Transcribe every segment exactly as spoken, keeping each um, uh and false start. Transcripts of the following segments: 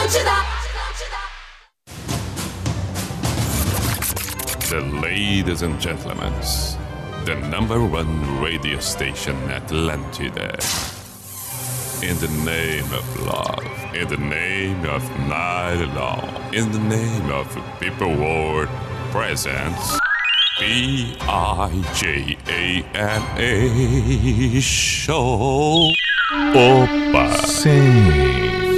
The ladies and gentlemen, the number one radio station Atlantida. In the name of love, in the name of night long, in the name of people world presents B I J A M A Show. Opa! Sim.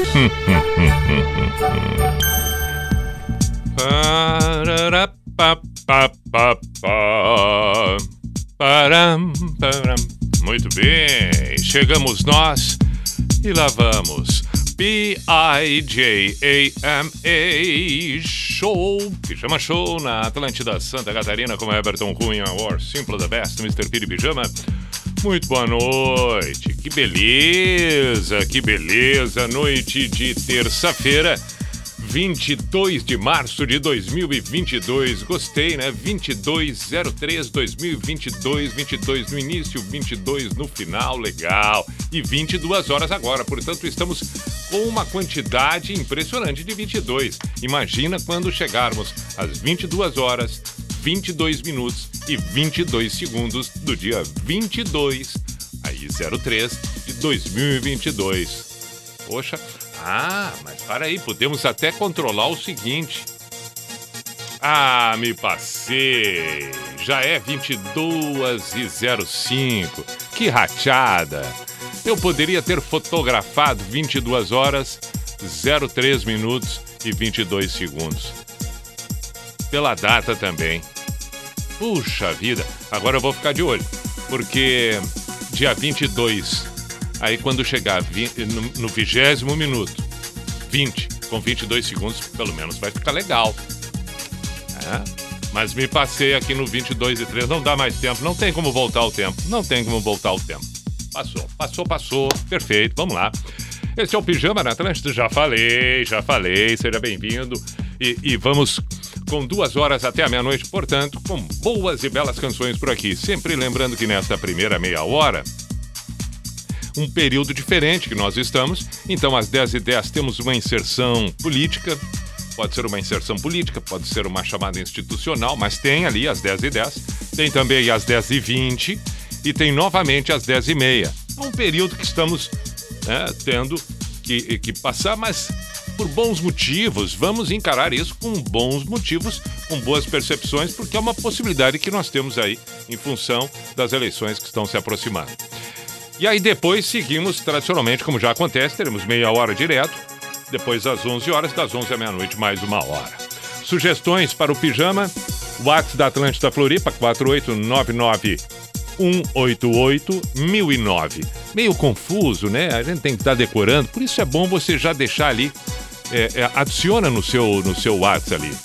Muito bem, chegamos nós e lá vamos. B I J A M A Show, Pijama Show na Atlântida Santa Catarina com Everton Cunha, or Simple the Best, mister Piri Pijama. Muito boa noite, que beleza, que beleza, noite de terça-feira, vinte e dois de março de dois mil e vinte e dois, gostei, né? vinte e dois zero três dois mil e vinte e dois, vinte e dois no início, vinte e dois no final, legal, e vinte e duas horas agora, portanto estamos com uma quantidade impressionante de vinte e dois, imagina quando chegarmos às vinte e duas horas, vinte e dois minutos e vinte e dois segundos do dia vinte e dois, aí zero três de dois mil e vinte e dois. Poxa, ah, mas para aí, podemos até controlar o seguinte. Ah, me passei. Já é vinte e duas e zero cinco. Que rachada. Eu poderia ter fotografado vinte e duas horas, zero três minutos e vinte e dois segundos. Pela data também. Puxa vida, agora eu vou ficar de olho, porque dia vinte e dois, aí quando chegar no vigésimo minuto, vinte, com vinte e dois segundos, pelo menos vai ficar legal. É, mas me passei aqui no vinte e dois e três, não dá mais tempo, não tem como voltar o tempo, não tem como voltar o tempo. Passou, passou, passou, perfeito, vamos lá. Esse é o Pijama na Atlântida, já falei, já falei, seja bem-vindo. E, e vamos com duas horas até a meia-noite, portanto, com boas e belas canções por aqui. Sempre lembrando que nesta primeira meia hora, um período diferente que nós estamos, então às dez e dez temos uma inserção política, pode ser uma inserção política, pode ser uma chamada institucional, mas tem ali às dez e dez, tem também às dez e vinte e tem novamente às dez e meia. É um período que estamos, né, tendo que, que passar, mas por bons motivos, vamos encarar isso com bons motivos, com boas percepções, porque é uma possibilidade que nós temos aí em função das eleições que estão se aproximando. E aí depois seguimos tradicionalmente, como já acontece, teremos meia hora direto, depois às onze horas, das onze à meia-noite, mais uma hora. Sugestões para o Pijama, WhatsApp da Atlântida Floripa, quatro oito nove nove um oito oito mil e nove. Meio confuso, né? A gente tem que estar decorando, por isso é bom você já deixar ali, é, é, adiciona no seu, no seu WhatsApp ali.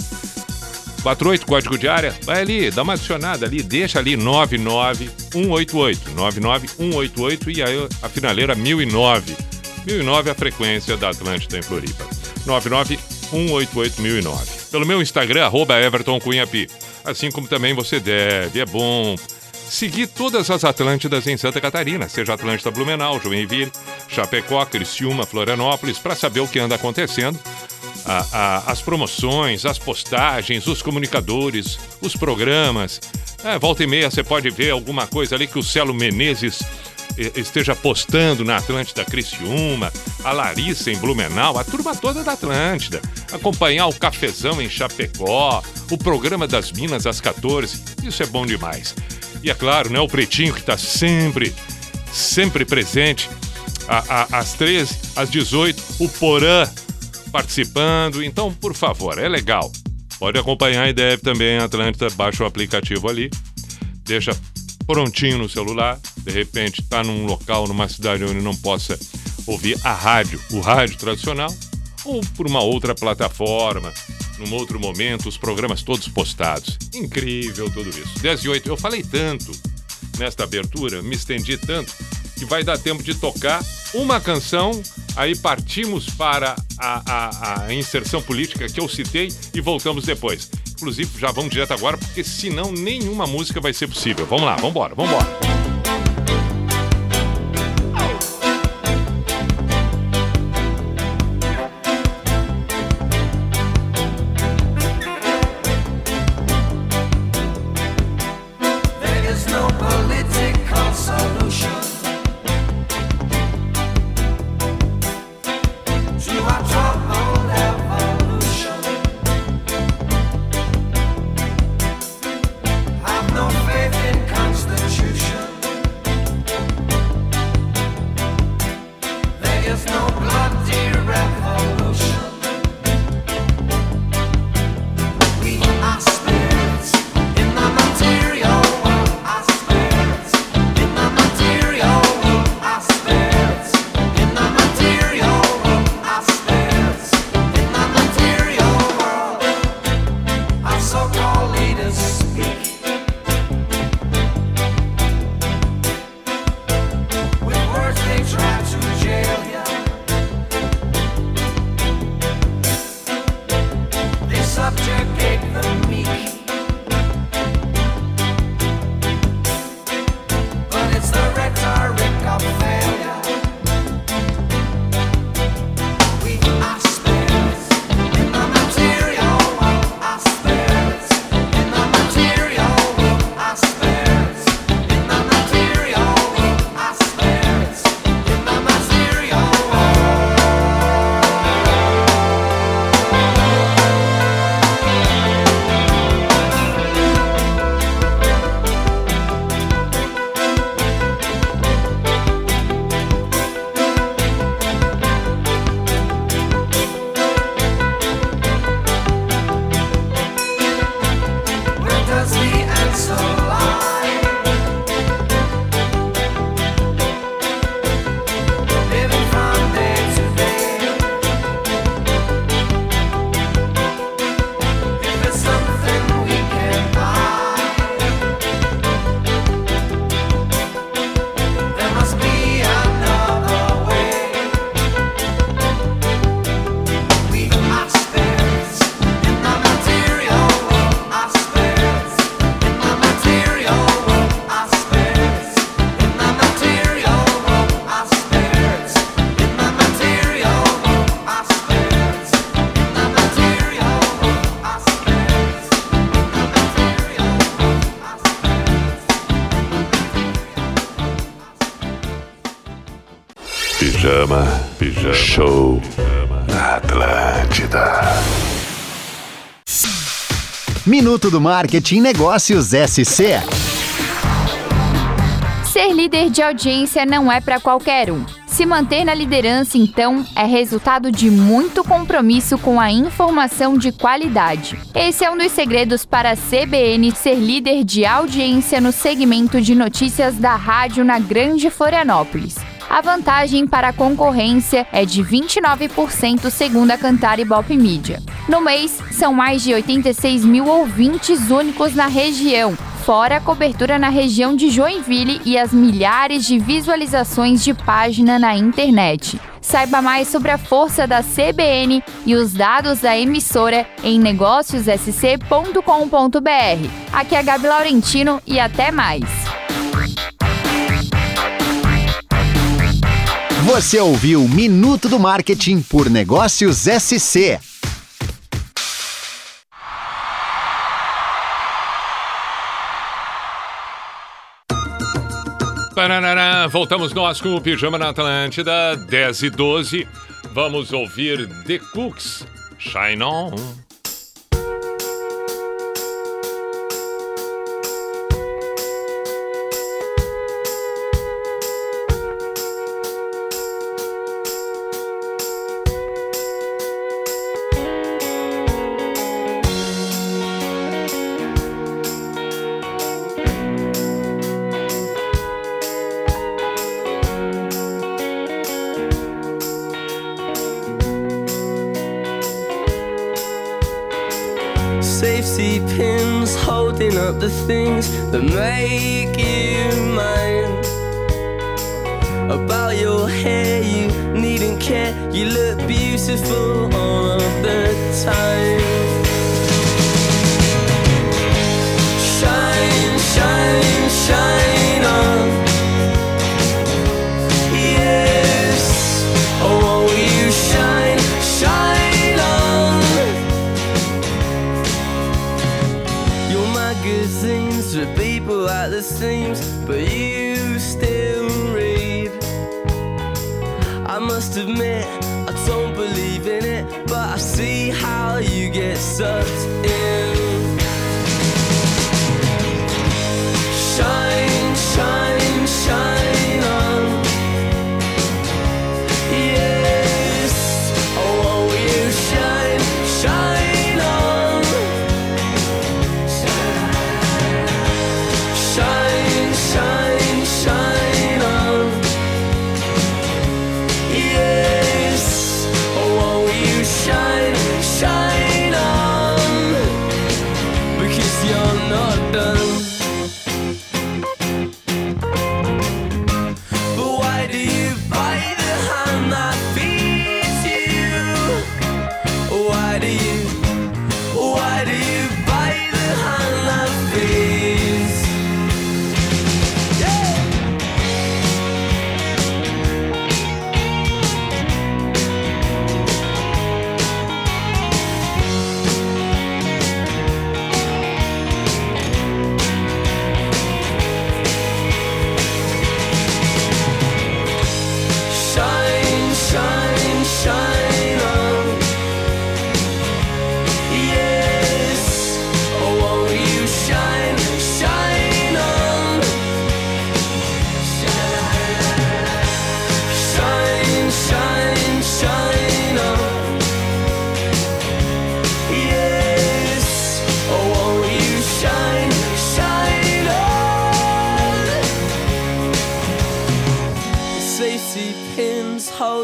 quatro oito, código de área, vai ali, dá uma adicionada ali, deixa ali nove nove um oito oito, nove nove um oito oito e aí a finaleira mil e nove. mil e nove é a frequência da Atlântida em Floripa. nove nove um oito oito mil e nove. Pelo meu Instagram, arroba Everton Cunha Pi. Assim como também você deve, é bom seguir todas as Atlântidas em Santa Catarina, seja Atlântida Blumenau, Joinville, Chapecó, Criciúma, Florianópolis, para saber o que anda acontecendo. A, a, as promoções, as postagens, os comunicadores, os programas. É, volta e meia você pode ver alguma coisa ali que o Celo Menezes eh, esteja postando na Atlântida Criciúma, a Larissa em Blumenau, a turma toda da Atlântida. Acompanhar o Cafezão em Chapecó, o programa das Minas às quatorze, isso é bom demais. E é claro, né, o Pretinho que está sempre, sempre presente, a, a, às treze, às dezoito, o Porã participando, então, por favor, é legal. Pode acompanhar e deve também a Atlântida, baixa o aplicativo ali, deixa prontinho no celular, de repente está num local, numa cidade onde não possa ouvir a rádio, o rádio tradicional, ou por uma outra plataforma, num outro momento, os programas todos postados. Incrível tudo isso. dez e oito, eu falei tanto nesta abertura, me estendi tanto, que vai dar tempo de tocar uma canção, aí partimos para a, a, a inserção política que eu citei e voltamos depois. Inclusive, já vamos direto agora, porque senão nenhuma música vai ser possível. Vamos lá, vamos embora, vamos embora. Pijama, pijama, show na Atlântida. Minuto do Marketing Negócios S C. Ser líder de audiência não é para qualquer um. Se manter na liderança, então, é resultado de muito compromisso com a informação de qualidade. Esse é um dos segredos para a C B N ser líder de audiência no segmento de notícias da rádio na Grande Florianópolis. A vantagem para a concorrência é de vinte e nove por cento segundo a Kantar Ibope Media. No mês, são mais de oitenta e seis mil ouvintes únicos na região, fora a cobertura na região de Joinville e as milhares de visualizações de página na internet. Saiba mais sobre a força da C B N e os dados da emissora em negócios s c ponto com ponto b r. Aqui é a Gabi Laurentino e até mais! Você ouviu Minuto do Marketing por Negócios S C. Parará, voltamos nós com o Pijama na Atlântida, dez e doze. Vamos ouvir The Cooks, Shine On. Safety pins holding up the things that make you mine. About your hair, you needn't care. You look beautiful all of the time. Shine, shine, shine on. Yes, oh, won't you shine, shine on. Your magazines with people at the seams, but you still read. I must admit, I don't believe in it, but I see how you get sucked in. Shine, shine, shine on. Yeah.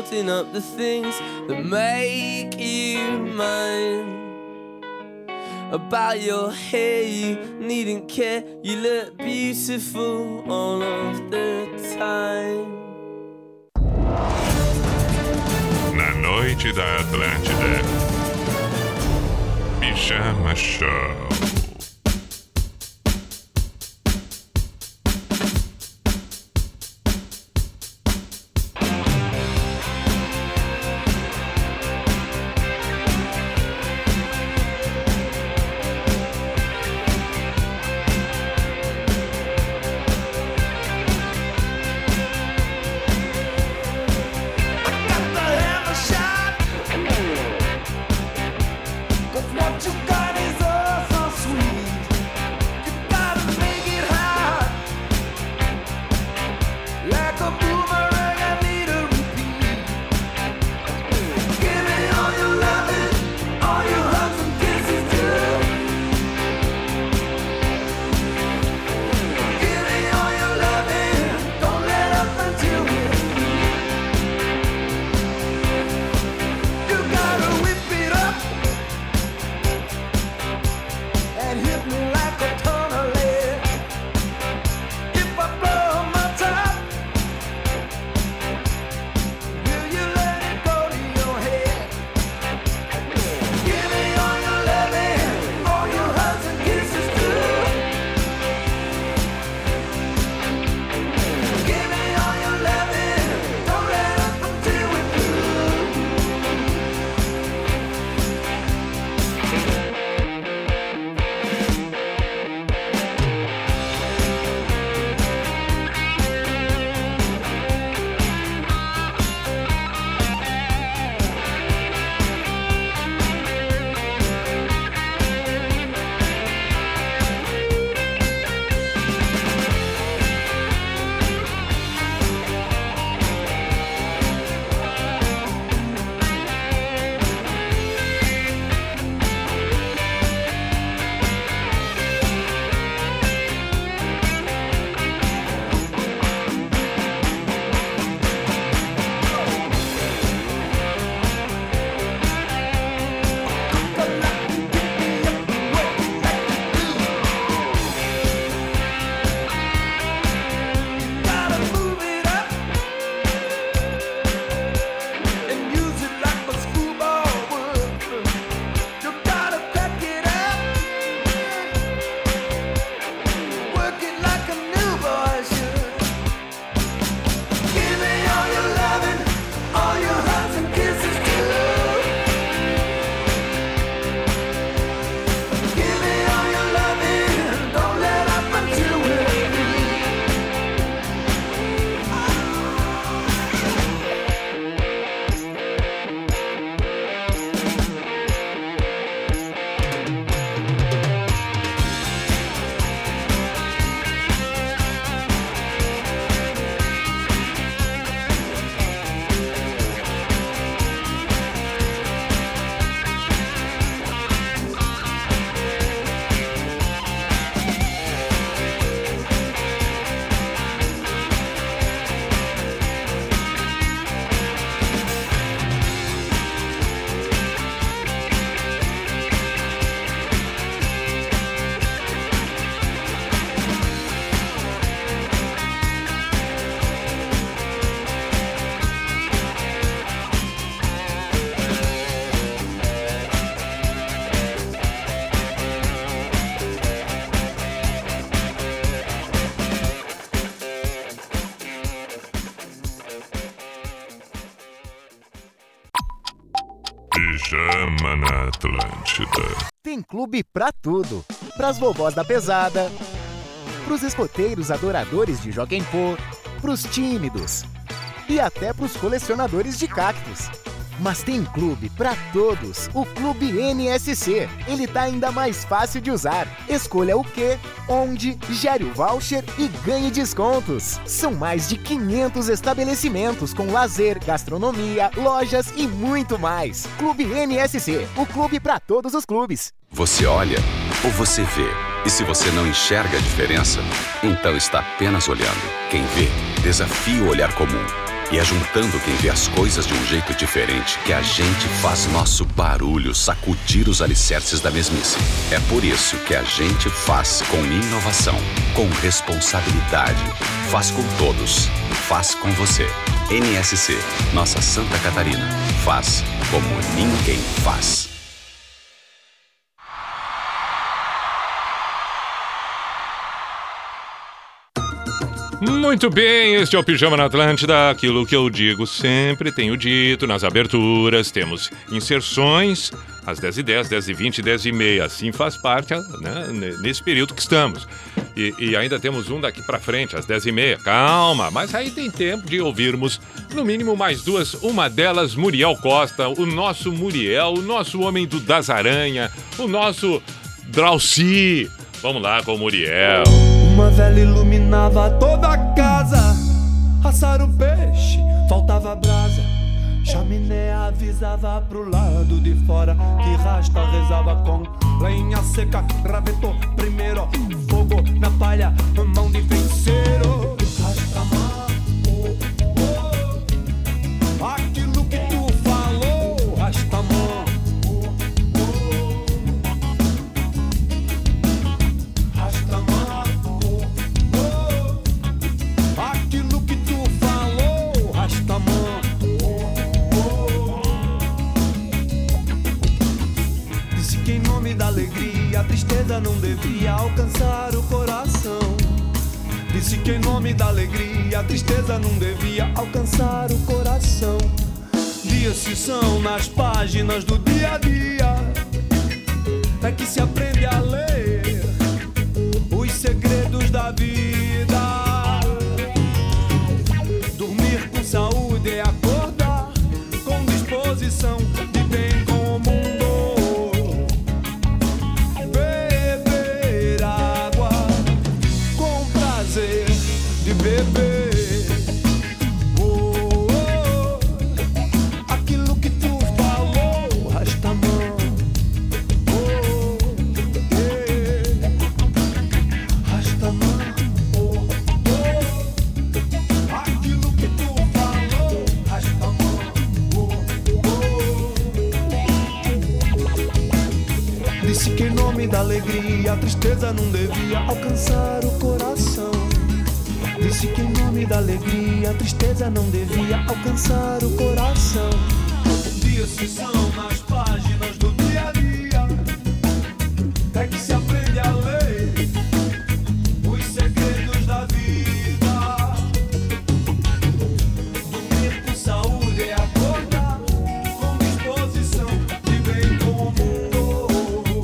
counting up the things that make you mine. About your hair, you needn't care. You look beautiful all of the time. Na noite da Atlântida, Pijama Show. What you got is all so sweet. Pijama na Atlântida. Tem clube pra tudo. Pras vovós da pesada, pros escoteiros adoradores de Joga em Pô, pros tímidos e até pros colecionadores de cactos. Mas tem clube pra todos, o Clube N S C. Ele tá ainda mais fácil de usar. Escolha o que, onde, gere o voucher e ganhe descontos. São mais de quinhentos estabelecimentos com lazer, gastronomia, lojas e muito mais. Clube N S C, o clube pra todos os clubes. Você olha ou você vê? E se você não enxerga a diferença, então está apenas olhando. Quem vê, desafia o olhar comum. E é juntando quem vê as coisas de um jeito diferente que a gente faz nosso barulho sacudir os alicerces da mesmice. É por isso que a gente faz com inovação, com responsabilidade. Faz com todos. Faz com você. N S C, nossa Santa Catarina. Faz como ninguém faz. Muito bem, este é o Pijama na Atlântida. Aquilo que eu digo sempre, tenho dito nas aberturas. Temos inserções às dez e dez, dez e vinte, dez e meia. Assim faz parte, né, nesse período que estamos. E, e ainda temos um daqui pra frente, às dez e meia. Calma, mas aí tem tempo de ouvirmos no mínimo mais duas. Uma delas, Muriel Costa, o nosso Muriel, o nosso homem do Das Aranha, o nosso Drauci. Vamos lá com o Muriel. Uma vela iluminava toda a casa. Assar o peixe, faltava brasa. Chaminé avisava pro lado de fora que rasta rezava com lenha seca. Gravetou primeiro, fogo na palha, mão de feiticeiro. Rastamar, oh, oh. Aquilo que tu falou, Rastamar. Da alegria, a tristeza não devia alcançar o coração. Disse que em nome da alegria, a tristeza não devia alcançar o coração. Dias se são nas páginas do dia a dia, é que se aprende a ler os segredos da vida. Dormir com saúde é acordar com disposição de bem com o mundo. Beber, oh, oh, aquilo que tu falou, Rastamã, oh, yeah. Rastamã, oh, oh, aquilo que tu falou, Rastamã, oh, oh. Disse que em nome da alegria a tristeza não devia alcançar o coração. Disse que em nome da alegria a tristeza não devia alcançar o coração. Dias se são nas páginas do dia a dia, é que se aprende a ler os segredos da vida. Dormir com saúde é acordar com disposição de bem com o mundo.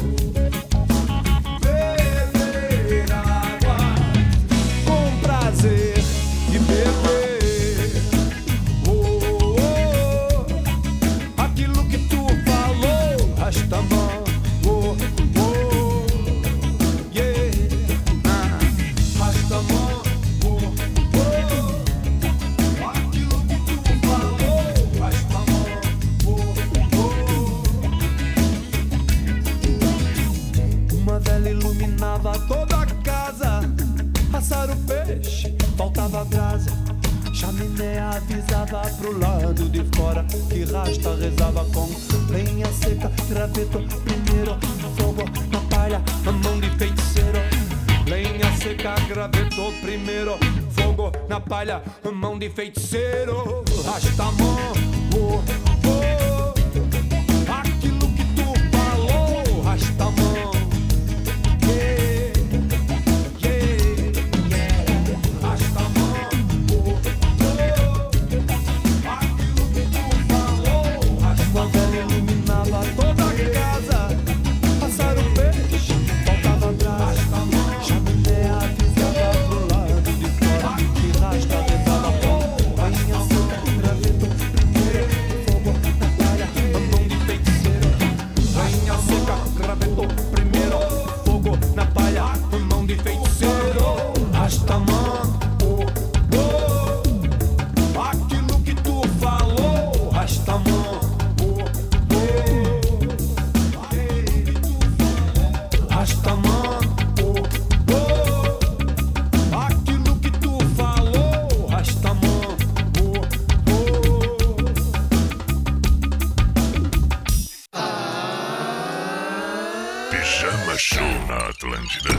Beber água com prazer de beber, oh, oh, aquilo que tu falou, Rastamã, oh, oh, yeah, ah, Rastamã, oh, oh, aquilo que tu falou, Rastamã, oh, oh. Uma vela iluminava toda a casa. Assar o peixe, faltava brasa. Chaminé avisava pro lado de fora que rasta rezava com lenha seca. Gravetou primeiro, fogo na palha, a mão de feiticeiro. Lenha seca, gravetou primeiro, fogo na palha, a mão de feiticeiro. Rastamã, oh, oh, aquilo que tu falou, Rastamã. Fogo Pijama Show na Atlântida.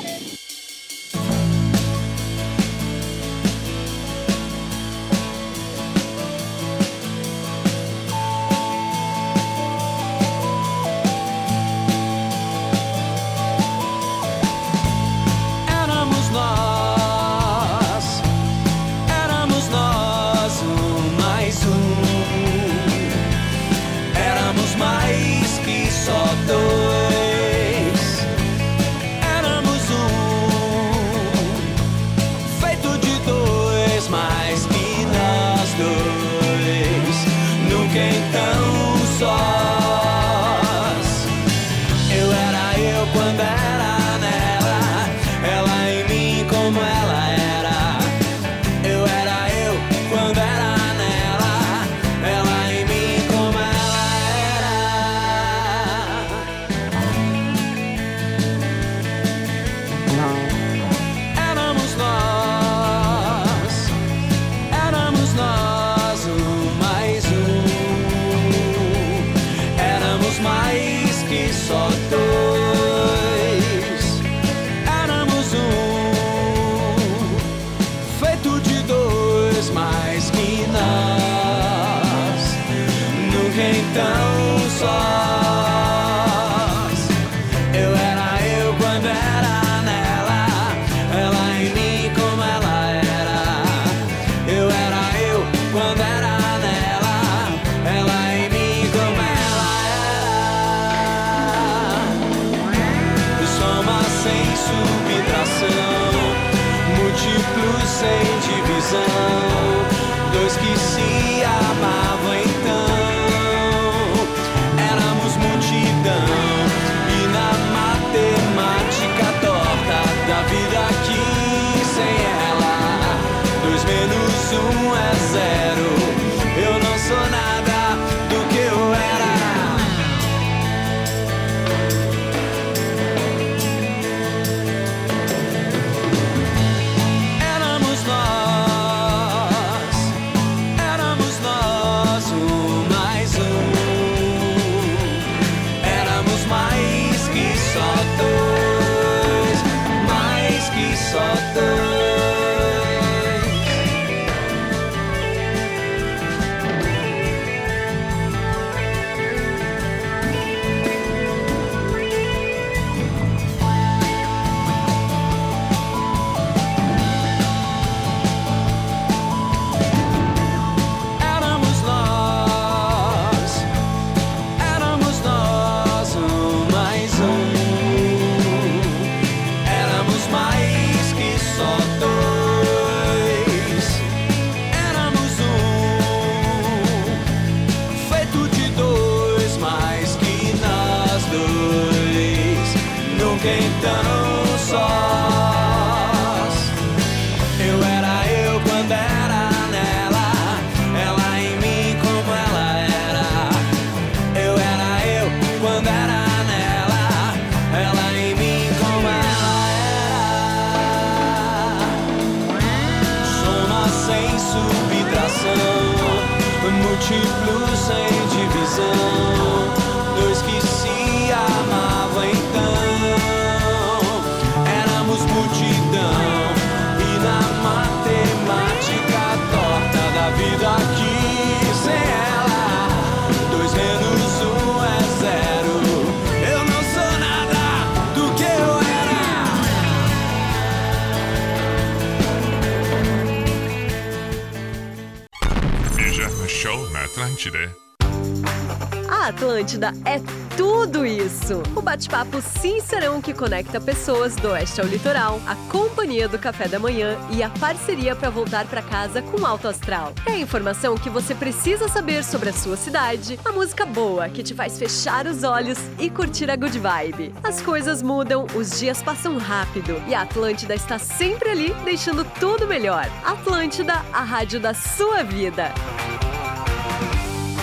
A Atlântida é tudo isso. O bate-papo sincerão que conecta pessoas do oeste ao litoral, a companhia do café da manhã e a parceria para voltar para casa com alto astral. É a informação que você precisa saber sobre a sua cidade, a música boa que te faz fechar os olhos e curtir a good vibe. As coisas mudam, os dias passam rápido e a Atlântida está sempre ali deixando tudo melhor. Atlântida, a rádio da sua vida.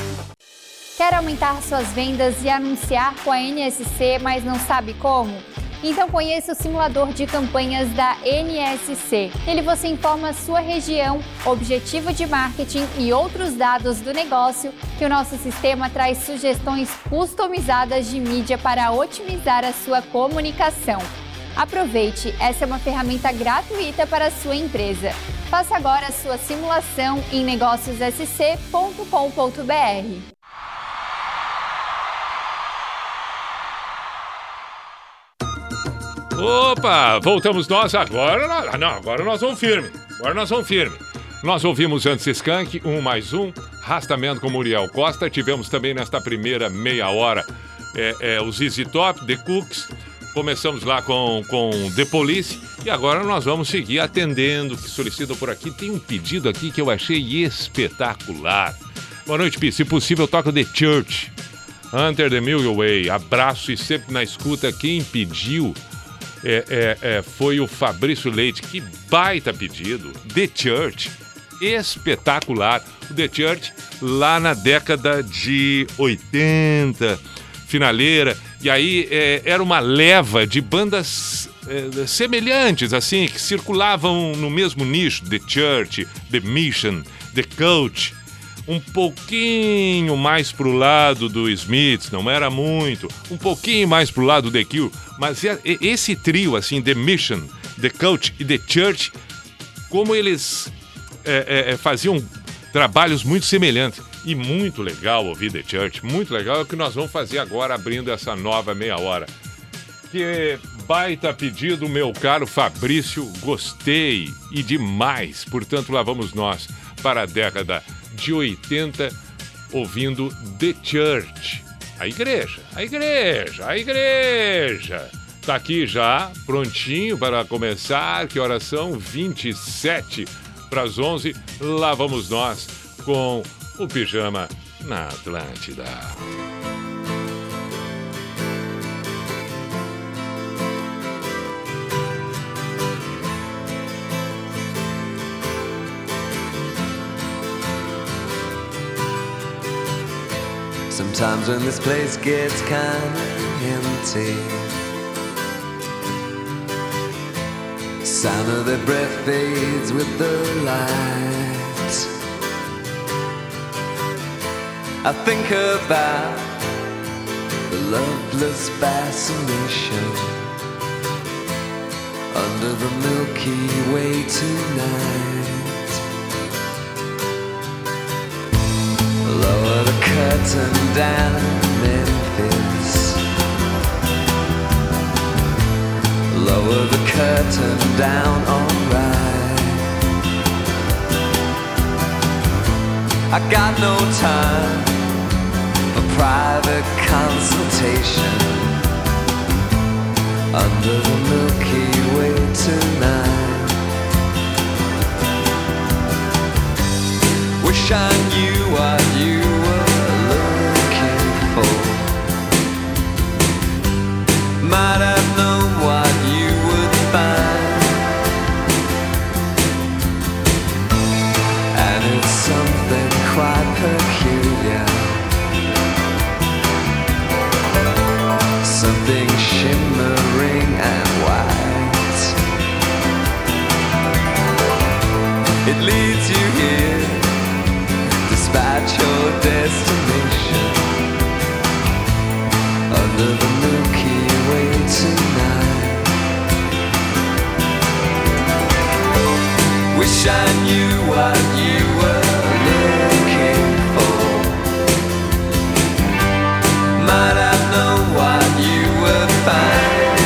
Quer aumentar suas vendas e anunciar com a N S C, mas não sabe como? Então conheça o simulador de campanhas da N S C. Nele você informa a sua região, objetivo de marketing e outros dados do negócio, que o nosso sistema traz sugestões customizadas de mídia para otimizar a sua comunicação. Aproveite, essa é uma ferramenta gratuita para a sua empresa. Faça agora a sua simulação em negócios s c ponto com ponto b r. Opa, voltamos nós agora. Não, agora nós vamos firme. Agora nós vamos firme. Nós ouvimos antes Skank, um mais um, Rastamento com Muriel Costa. Tivemos também nesta primeira meia hora é, é, o Z Z Top, The Cooks. Começamos lá com, com The Police. E agora nós vamos seguir atendendo, que solicitam por aqui. Tem um pedido aqui que eu achei espetacular. Boa noite, Pi. Se possível, toca The Church. Hunter the Milky Way. Abraço e sempre na escuta. Quem pediu... É, é, é, foi o Fabrício Leite. Que baita pedido. The Church, espetacular. O The Church lá na década de oitenta, finaleira. E aí é, era uma leva de bandas é, semelhantes, assim, que circulavam no mesmo nicho. The Church, The Mission, The Coach. Um pouquinho mais pro lado do Smiths, não era muito. Um pouquinho mais pro lado do The Cure. Mas esse trio, assim, The Mission, The Coach e The Church, como eles é, é, faziam trabalhos muito semelhantes. E muito legal ouvir The Church, muito legal. É o que nós vamos fazer agora, abrindo essa nova meia hora. Que baita pedido, meu caro Fabrício, gostei e demais. Portanto, lá vamos nós para a década de oitenta, ouvindo The Church. A igreja, a igreja, a igreja. Tá aqui já, prontinho para começar. Que horas são? vinte e sete para as onze. Lá vamos nós com o Pijama na Atlântida. Sometimes when this place gets kinda empty, sound of their breath fades with the light. I think about the loveless fascination under the Milky Way tonight. Lower the curtain down, Memphis. Lower the curtain down, alright. I got no time for private consultation under the Milky Way tonight. Wish I knew what you were looking for. Might have known what you would find. And it's something quite peculiar, something shimmering and white. It leads you here despite your destination under the Milky Way tonight. Wish I knew what you were looking for. Might have known what you would find.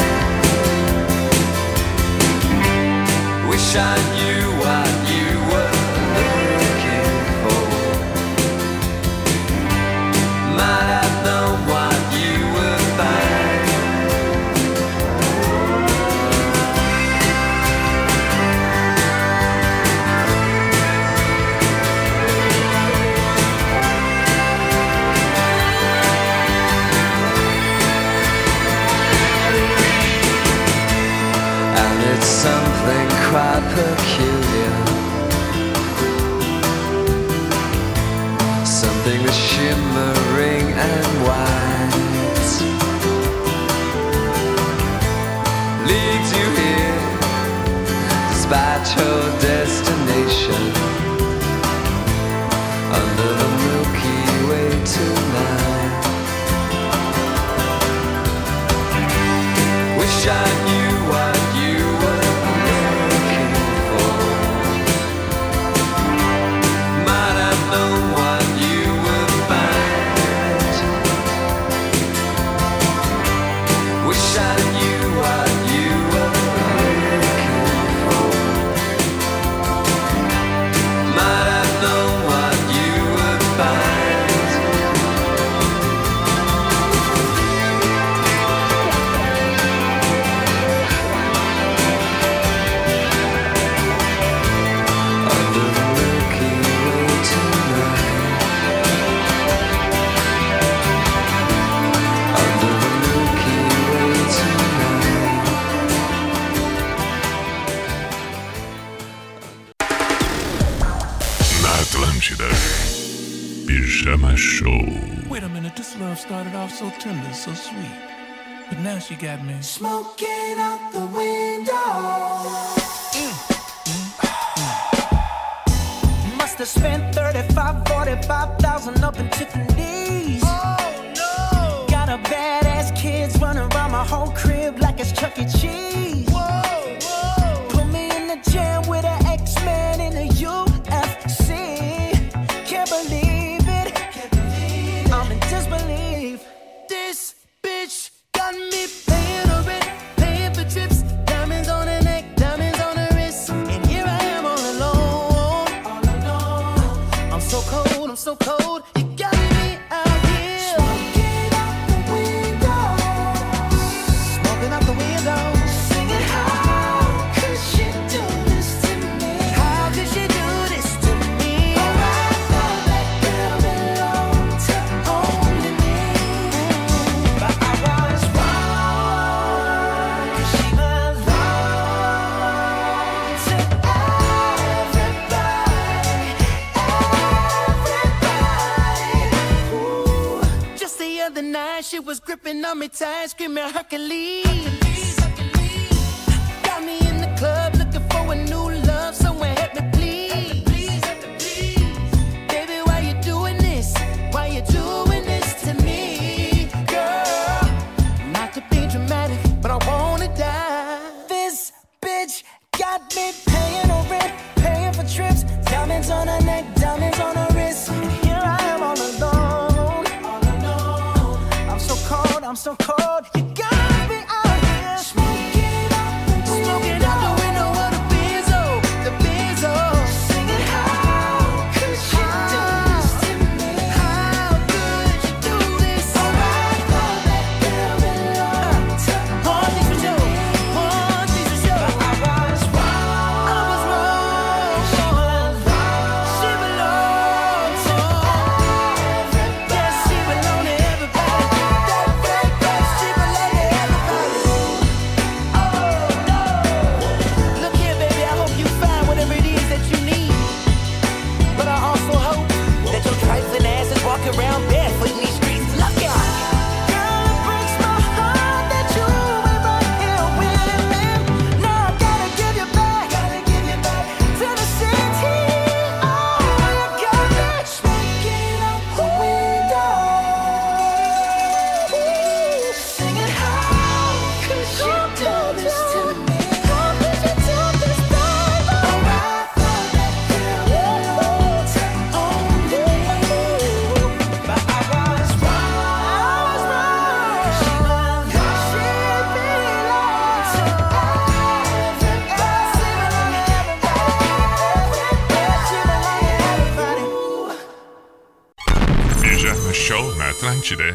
Wish I knew what you were looking for. Might have known what you would find. And it's something quite peculiar, something that's shimmering and white. leads you here, despite your destination, under the Milky Way tonight. Wish I knew what you were looking for, might have known what you would find. Wish I knew what you were looking for, might have known what you would find. Under the Milky Way tonight, under the Milky Way tonight. Na Atlântida, Pijama Show. Wait a minute, this love started off so tender, so sweet. But now she got me smoking out the window. Must have spent thirty-five, forty-five thousand up in Tiffany's. Oh no! Got a badass kids running around my whole crib like it's Chuck E. Cheese. Whoa, whoa! Put me in the jam with an X-Men in the U F C. Can't believe it. Can't believe it. I'm in disbelief. This bitch got me paying her rent, paying for trips, diamonds on her neck, diamonds on her wrist, and here I am all alone. All alone. I'm so cold, I'm so cold. You got me out here smoking out the window, smoking out the window, singing how could she do this to me? How could she do this to me? Oh, I thought that girl belonged to only me, but I was wrong, 'cause she belonged to everybody, everybody. Ooh. Just the other night, she was gripping on me tight, screaming Hercules. Got me in the club looking for a new love, someone help me please. Baby, why you doing this? Why you doing this to me, girl? Not to be dramatic, but I wanna die. This bitch got me paying her rent, paying for trips, diamonds on her neck, diamonds on her wrist, and here I am all alone, all alone. I'm so cold, I'm so cold. You got me out here smoking out the window, smoking out the window of the Benzo, the Benzo, singing how could she do this to me? How could you do this? Oh, I thought that girl belonged to one thing for sure, one thing for sure. But I was wrong, I was wrong. She belonged, she belonged to everybody. Yes, she belonged to everybody. That that that she belonged to everybody. Oh no! Look here, baby. I hope you find whatever it is that you need. But I also hope that your trifling ass is walking around barefoot in these streets. Look out! Girl, it breaks my heart that you ain't right here with me. Now I gotta give you back, gotta give you back to the city. Oh, you got me smoking out the window, singing how could you do this to me? How could you do this, baby? Oh, I thought that girl belonged to only me, but I was wrong, I was wrong. She belonged, she belonged to everybody, she belonged to everybody. Pijama Show na Atlântida.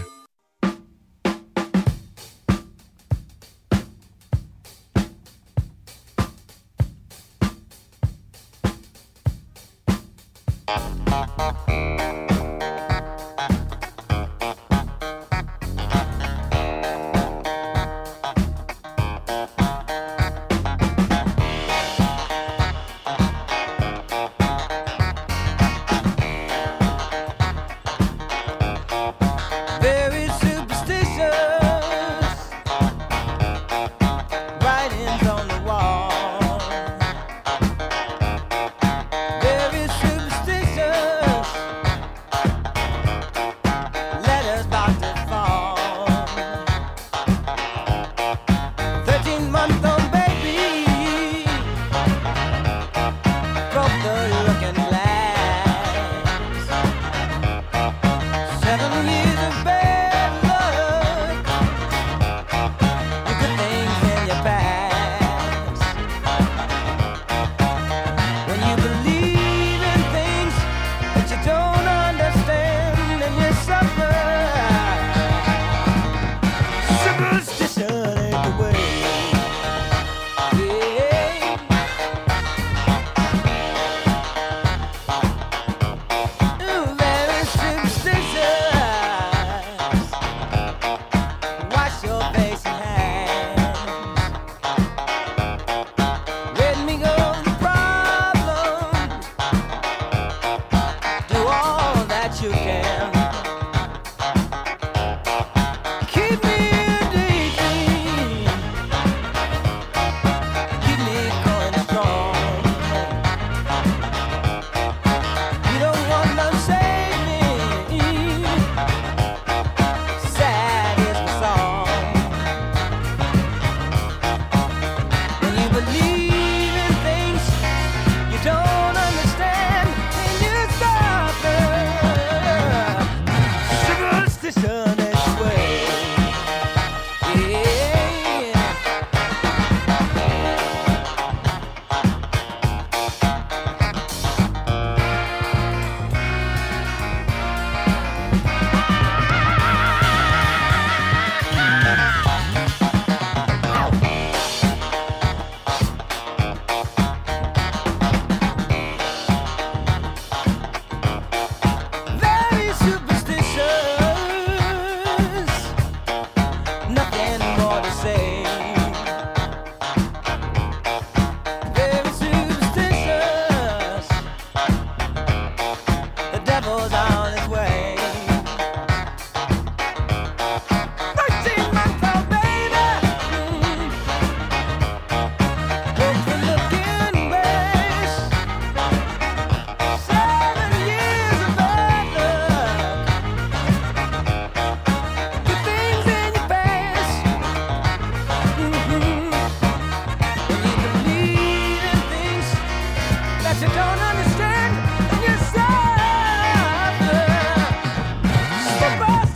Very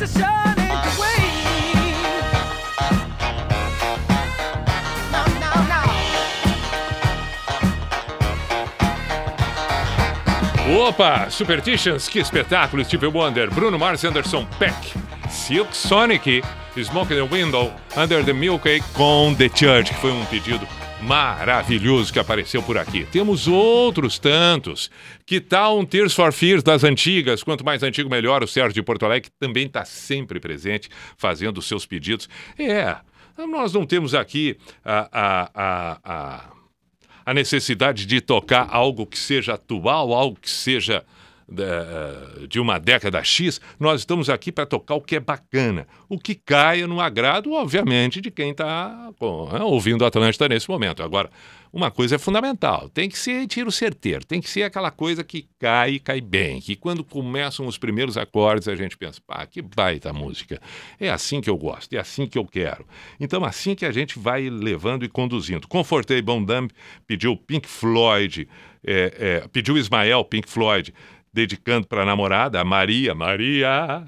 to shine in the way. Now, now, now. Opa, Superstitions, que espetáculo, Stevie Wonder, Bruno Mars, Anderson .Paak, Silk Sonic, Smoke the Window, Under the Milky com The Church, que foi um pedido maravilhoso que apareceu por aqui. Temos outros tantos. Que tal um Tears for Fears das antigas? Quanto mais antigo, melhor. O Sérgio de Porto Alegre também está sempre presente, fazendo os seus pedidos. É, nós não temos aqui a, a, a, a, a necessidade de tocar algo que seja atual, algo que seja de, de uma década X. Nós estamos aqui para tocar o que é bacana, o que caia no agrado, obviamente, de quem está ouvindo a Atlântida nesse momento. Agora, uma coisa é fundamental, tem que ser tiro certeiro, tem que ser aquela coisa que cai e cai bem, que quando começam os primeiros acordes a gente pensa, pá, que baita música, é assim que eu gosto, é assim que eu quero. Então, assim que a gente vai levando e conduzindo. Comfortable Dumb pediu Pink Floyd, é, é, pediu Ismael, Pink Floyd, dedicando para a namorada, a Maria, Maria,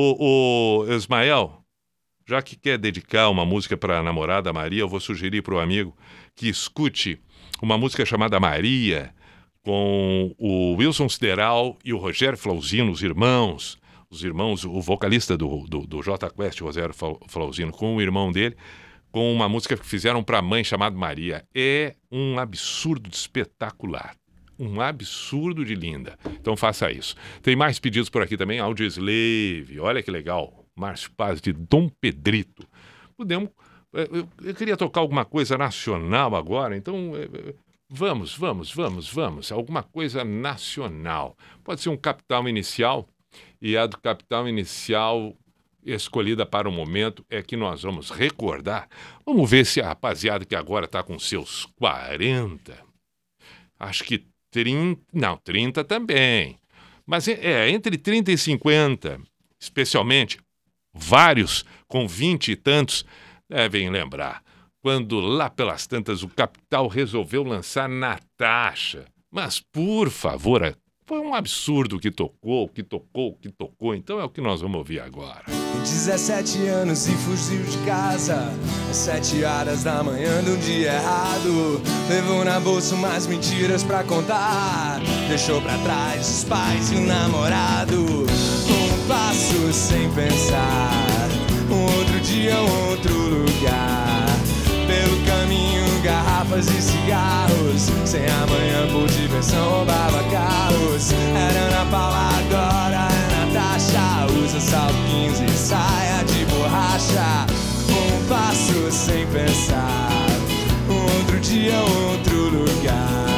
o, o Ismael, já que quer dedicar uma música para a namorada, a Maria, eu vou sugerir para o amigo que escute uma música chamada Maria, com o Wilson Sideral e o Rogério Flauzino, os irmãos, os irmãos, o vocalista do, do, do Jota Quest, o Rogério Flauzino, com o irmão dele, com uma música que fizeram para a mãe chamada Maria. É um absurdo de espetacular. Um absurdo de linda. Então faça isso. Tem mais pedidos por aqui também. Audioslave, olha que legal. Márcio Paz de Dom Pedrito. Podemos... Eu, eu queria tocar alguma coisa nacional agora, então vamos, vamos, vamos, vamos. Alguma coisa nacional. Pode ser um Capital Inicial, e a do Capital Inicial escolhida para o momento é que nós vamos recordar. Vamos ver se a rapaziada que agora está com seus quarenta, acho que trinta, não, trinta também, mas é, é entre trinta e cinquenta, especialmente, vários com vinte e tantos, devem lembrar, quando lá pelas tantas o Capital resolveu lançar Natasha. Mas, por favor, foi um absurdo o que tocou, o que tocou, o que tocou. Então é o que nós vamos ouvir agora. dezessete anos e fugiu de casa às sete horas da manhã de um dia errado. Levou na bolsa umas mentiras pra contar. Deixou pra trás os pais e o namorado. Um passo sem pensar. Um outro dia, um outro lugar. Pelo caminho, garrafas e cigarros. Sem amanhã, por diversão, roubava carros. Era Ana Paula, agora é Natasha. Usa salto quinze e saia de borracha. Um passo sem pensar. Um outro dia, um outro lugar.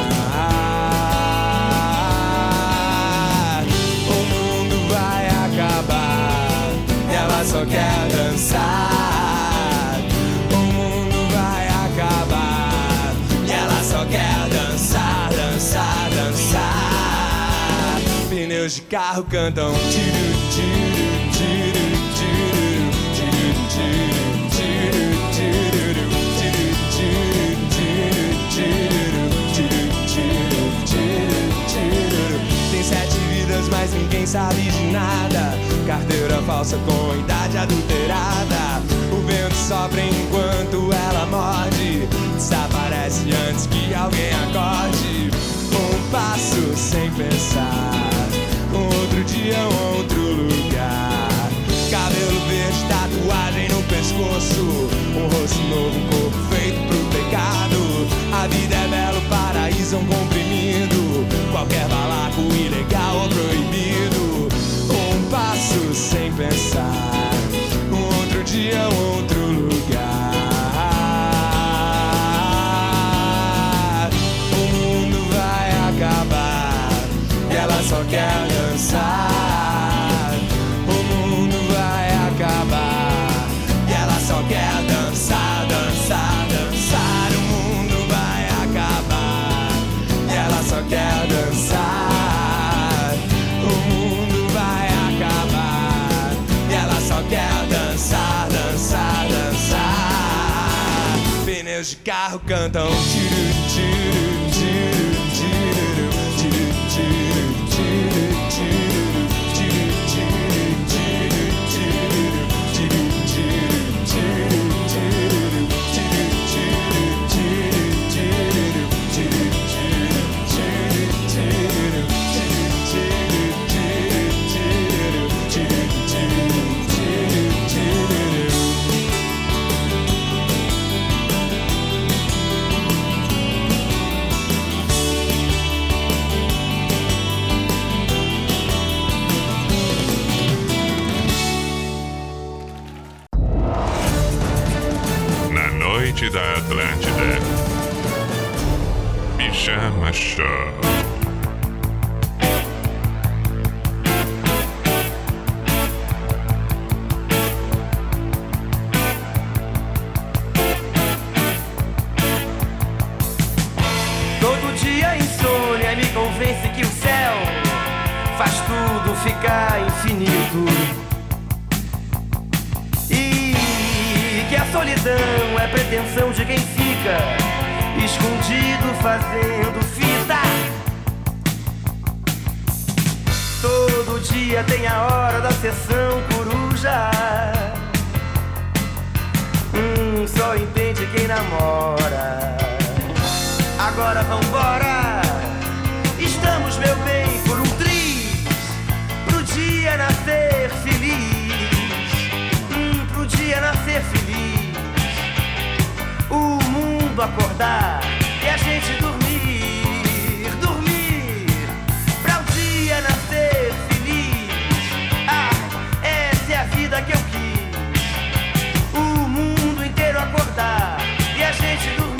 O mundo vai acabar e ela só quer dançar. Quer dançar, dançar, dançar. Pneus de carro cantam tiru, tiru, tiru, tiru, tiru, tiru, tiru, tiru, tiru, tiru, tiru, tiru. Tem sete vidas, mas ninguém sabe de nada. Carteira falsa com idade adulterada. O vento sopra enquanto ela morde. Desaparece antes que alguém acorde. Um passo sem pensar. Um outro dia, um outro lugar. Cabelo verde, tatuagem no pescoço. Um rosto novo, um corpo feito pro pecado. A vida é belo, paraíso é um comprimido. Qualquer balaco, ilegal ou proibido. Um passo sem pensar. Um outro dia, um outro lugar. Ela só quer dançar. O mundo vai acabar e ela só quer dançar, dançar, dançar. O mundo vai acabar e ela só quer dançar. O mundo vai acabar e ela só quer dançar, dançar, dançar. Pneus de carro cantam tiru, tiru, tiru, tiru, tiru, tiru. Atlântida, Atlântida. Pijama Show. Todo dia a insônia me convence que o céu faz tudo ficar infinito e que a solidão é pretensão de quem fica escondido fazendo fita. Todo dia tem a hora da sessão coruja. Hum, só entende quem namora. Agora vambora, estamos, meu bem, por um triz, pro dia nascer feliz, hum, pro dia nascer feliz, o mundo acordar e a gente dormir, dormir, pra o dia nascer feliz. Ah, essa é a vida que eu quis, o mundo inteiro acordar e a gente dormir.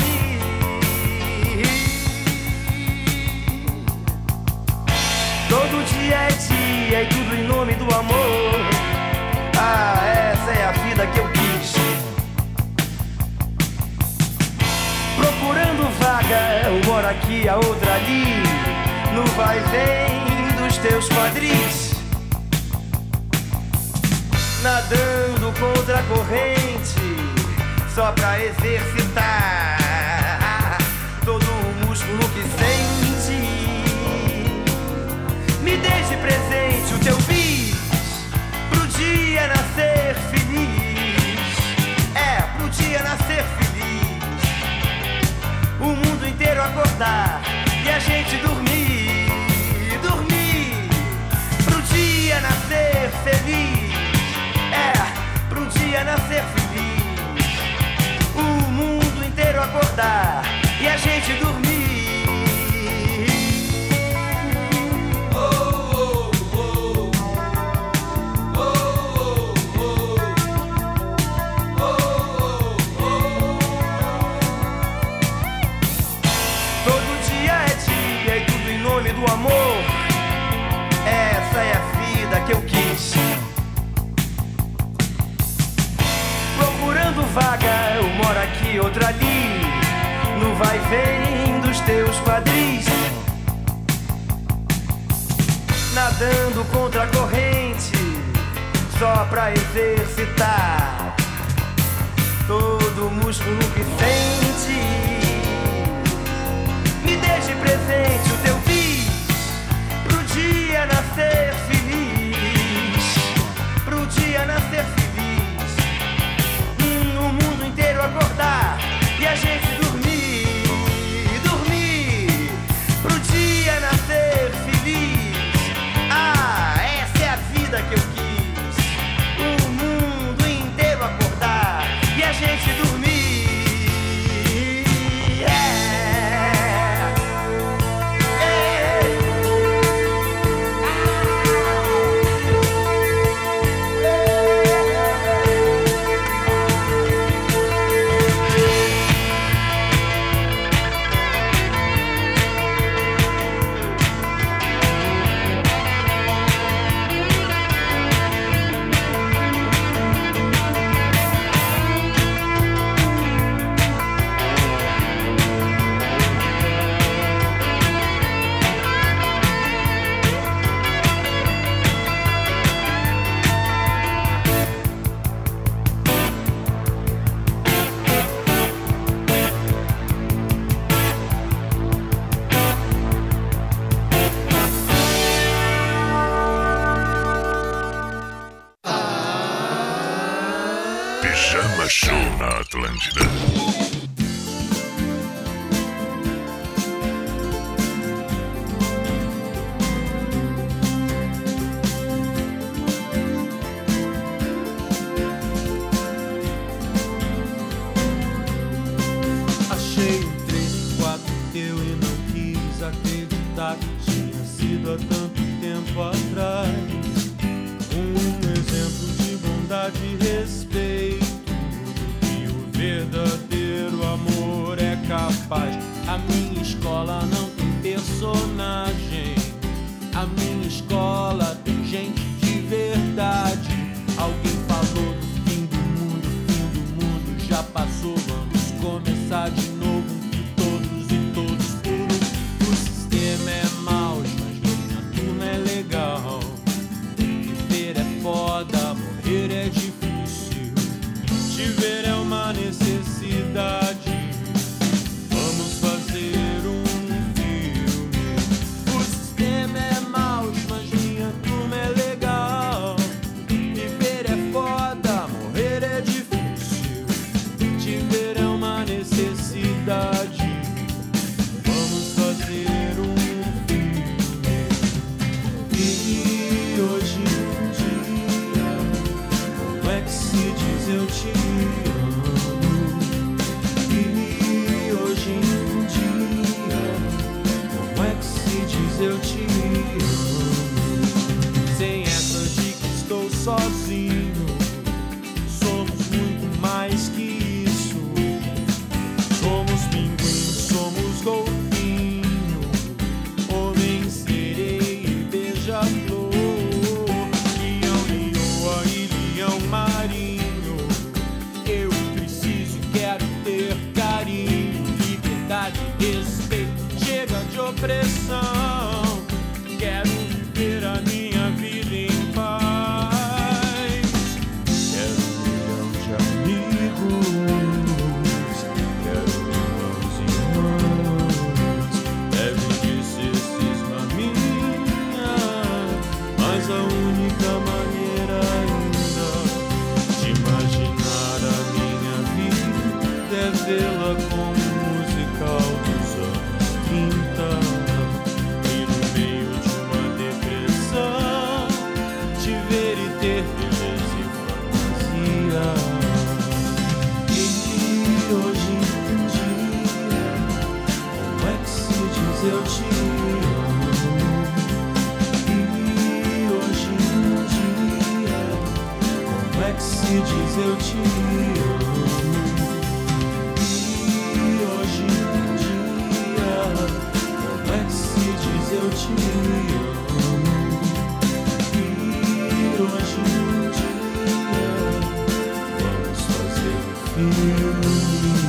Todo dia é dia e tudo em nome do amor. Ah, essa é a vida que eu quis. Procurando vaga, eu moro aqui, a outra ali, no vai-vem dos teus quadris. Nadando contra a corrente, só pra exercitar todo o músculo que sente. Me deixe presente o teu bis, pro dia nascer feliz. É, pro dia nascer feliz, o mundo inteiro acordar e a gente dormir, dormir, pro dia nascer feliz. É, pro dia nascer feliz, o mundo inteiro acordar e a gente dormir. Do amor, essa é a vida que eu quis. Procurando vaga, eu moro aqui, outra ali, no vai-vem dos teus quadris. Nadando contra a corrente, só pra exercitar todo o músculo que sente. Me deixe presente o teu bis, pro dia nascer feliz, pro dia nascer feliz, hum, o mundo inteiro acordar e a gente dormir, dormir, pro dia nascer feliz. Ah, essa é a vida que eu quis, o mundo inteiro acordar e a gente dormir. Pijama Show na Atlântida. Achei um três, quatro teu e não quis acreditar que tinha sido há tanto tempo atrás. Um exemplo de bondade e respeito que o verdadeiro passou, vamos começar de novo. Todos e todos por um. O sistema é mau, imagina, a turma é legal. Viver é foda, morrer é difícil. Te ver é uma necessidade. Vamos fazer um filme. O sistema é mau, imagina, a turma é legal. Viver é foda, morrer é difícil. Te ver é uma necessidade. Vamos fazer um filme. E hoje em dia, como é que se diz eu te amo? E hoje em dia, como é que se diz eu te amo? Sem essa de que estou sozinho, somos muito mais que isso. Somos pinguim, somos golfinho, homem, sereia e beija-flor, leão, leoa e leão marinho. Eu preciso e quero ter carinho, liberdade, respeito, chega de opressão. Quero viver a minha vida em paz. Quero um milhão de amigos, quero irmãos e irmãs. Deve de ser cisma minha, mas a única maneira ainda de imaginar a minha vida é vê-la como um musical dos anos trinta. E no meio de uma depressão, te ver e ter beleza e fantasia. E hoje em dia, como é que se diz eu te amo? E hoje em dia, como é que se diz eu te amo? E hoje em dia, como é que se diz eu te amo? E hoje em dia, vamos fazer um filme.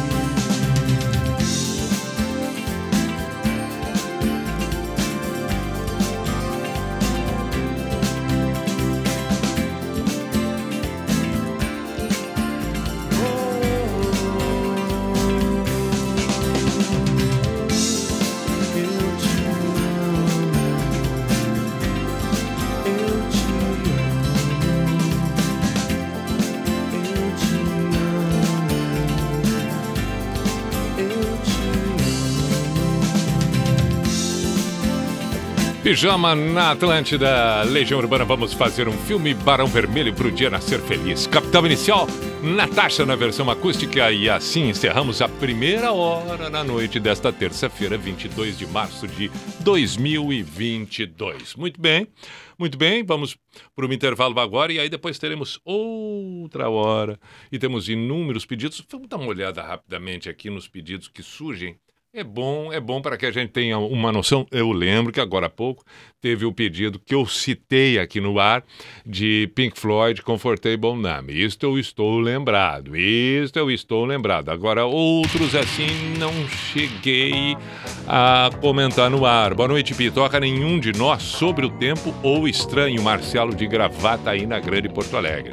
Pijama na Atlântida, Legião Urbana, vamos fazer um filme Barão Vermelho pro dia nascer feliz. Capital inicial, Natasha na versão acústica, e assim encerramos a primeira hora na noite desta terça-feira, vinte e dois de março de dois mil e vinte e dois. Muito bem, muito bem, vamos para um intervalo agora e aí depois teremos outra hora e temos inúmeros pedidos. Vamos dar uma olhada rapidamente aqui nos pedidos que surgem. É bom, é bom para que a gente tenha uma noção. Eu lembro que agora há pouco teve o pedido que eu citei aqui no ar de Pink Floyd, Comfortable Numb. Isto eu estou lembrado, isto eu estou lembrado. Agora outros assim não cheguei a comentar no ar. Boa noite, Pitoca. Nenhum de nós sobre o tempo ou estranho. Marcelo de Gravataí, na Grande Porto Alegre.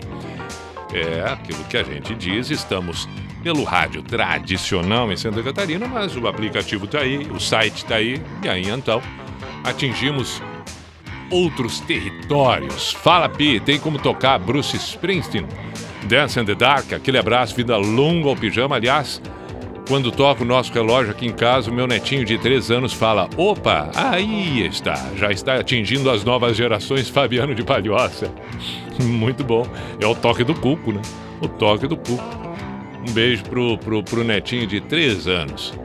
É aquilo que a gente diz, estamos pelo rádio tradicional em Santa Catarina, mas o aplicativo está aí, o site está aí, e aí então atingimos outros territórios. Fala, Pi, tem como tocar Bruce Springsteen, Dance in the Dark, aquele abraço, vida longa ao pijama. Aliás, quando toca o nosso relógio aqui em casa, o meu netinho de três anos fala: opa, aí está, já está atingindo as novas gerações, Fabiano de Palhoça. Muito bom, é o toque do cuco, né? O toque do cuco. Um beijo pro, pro, pro netinho de três anos.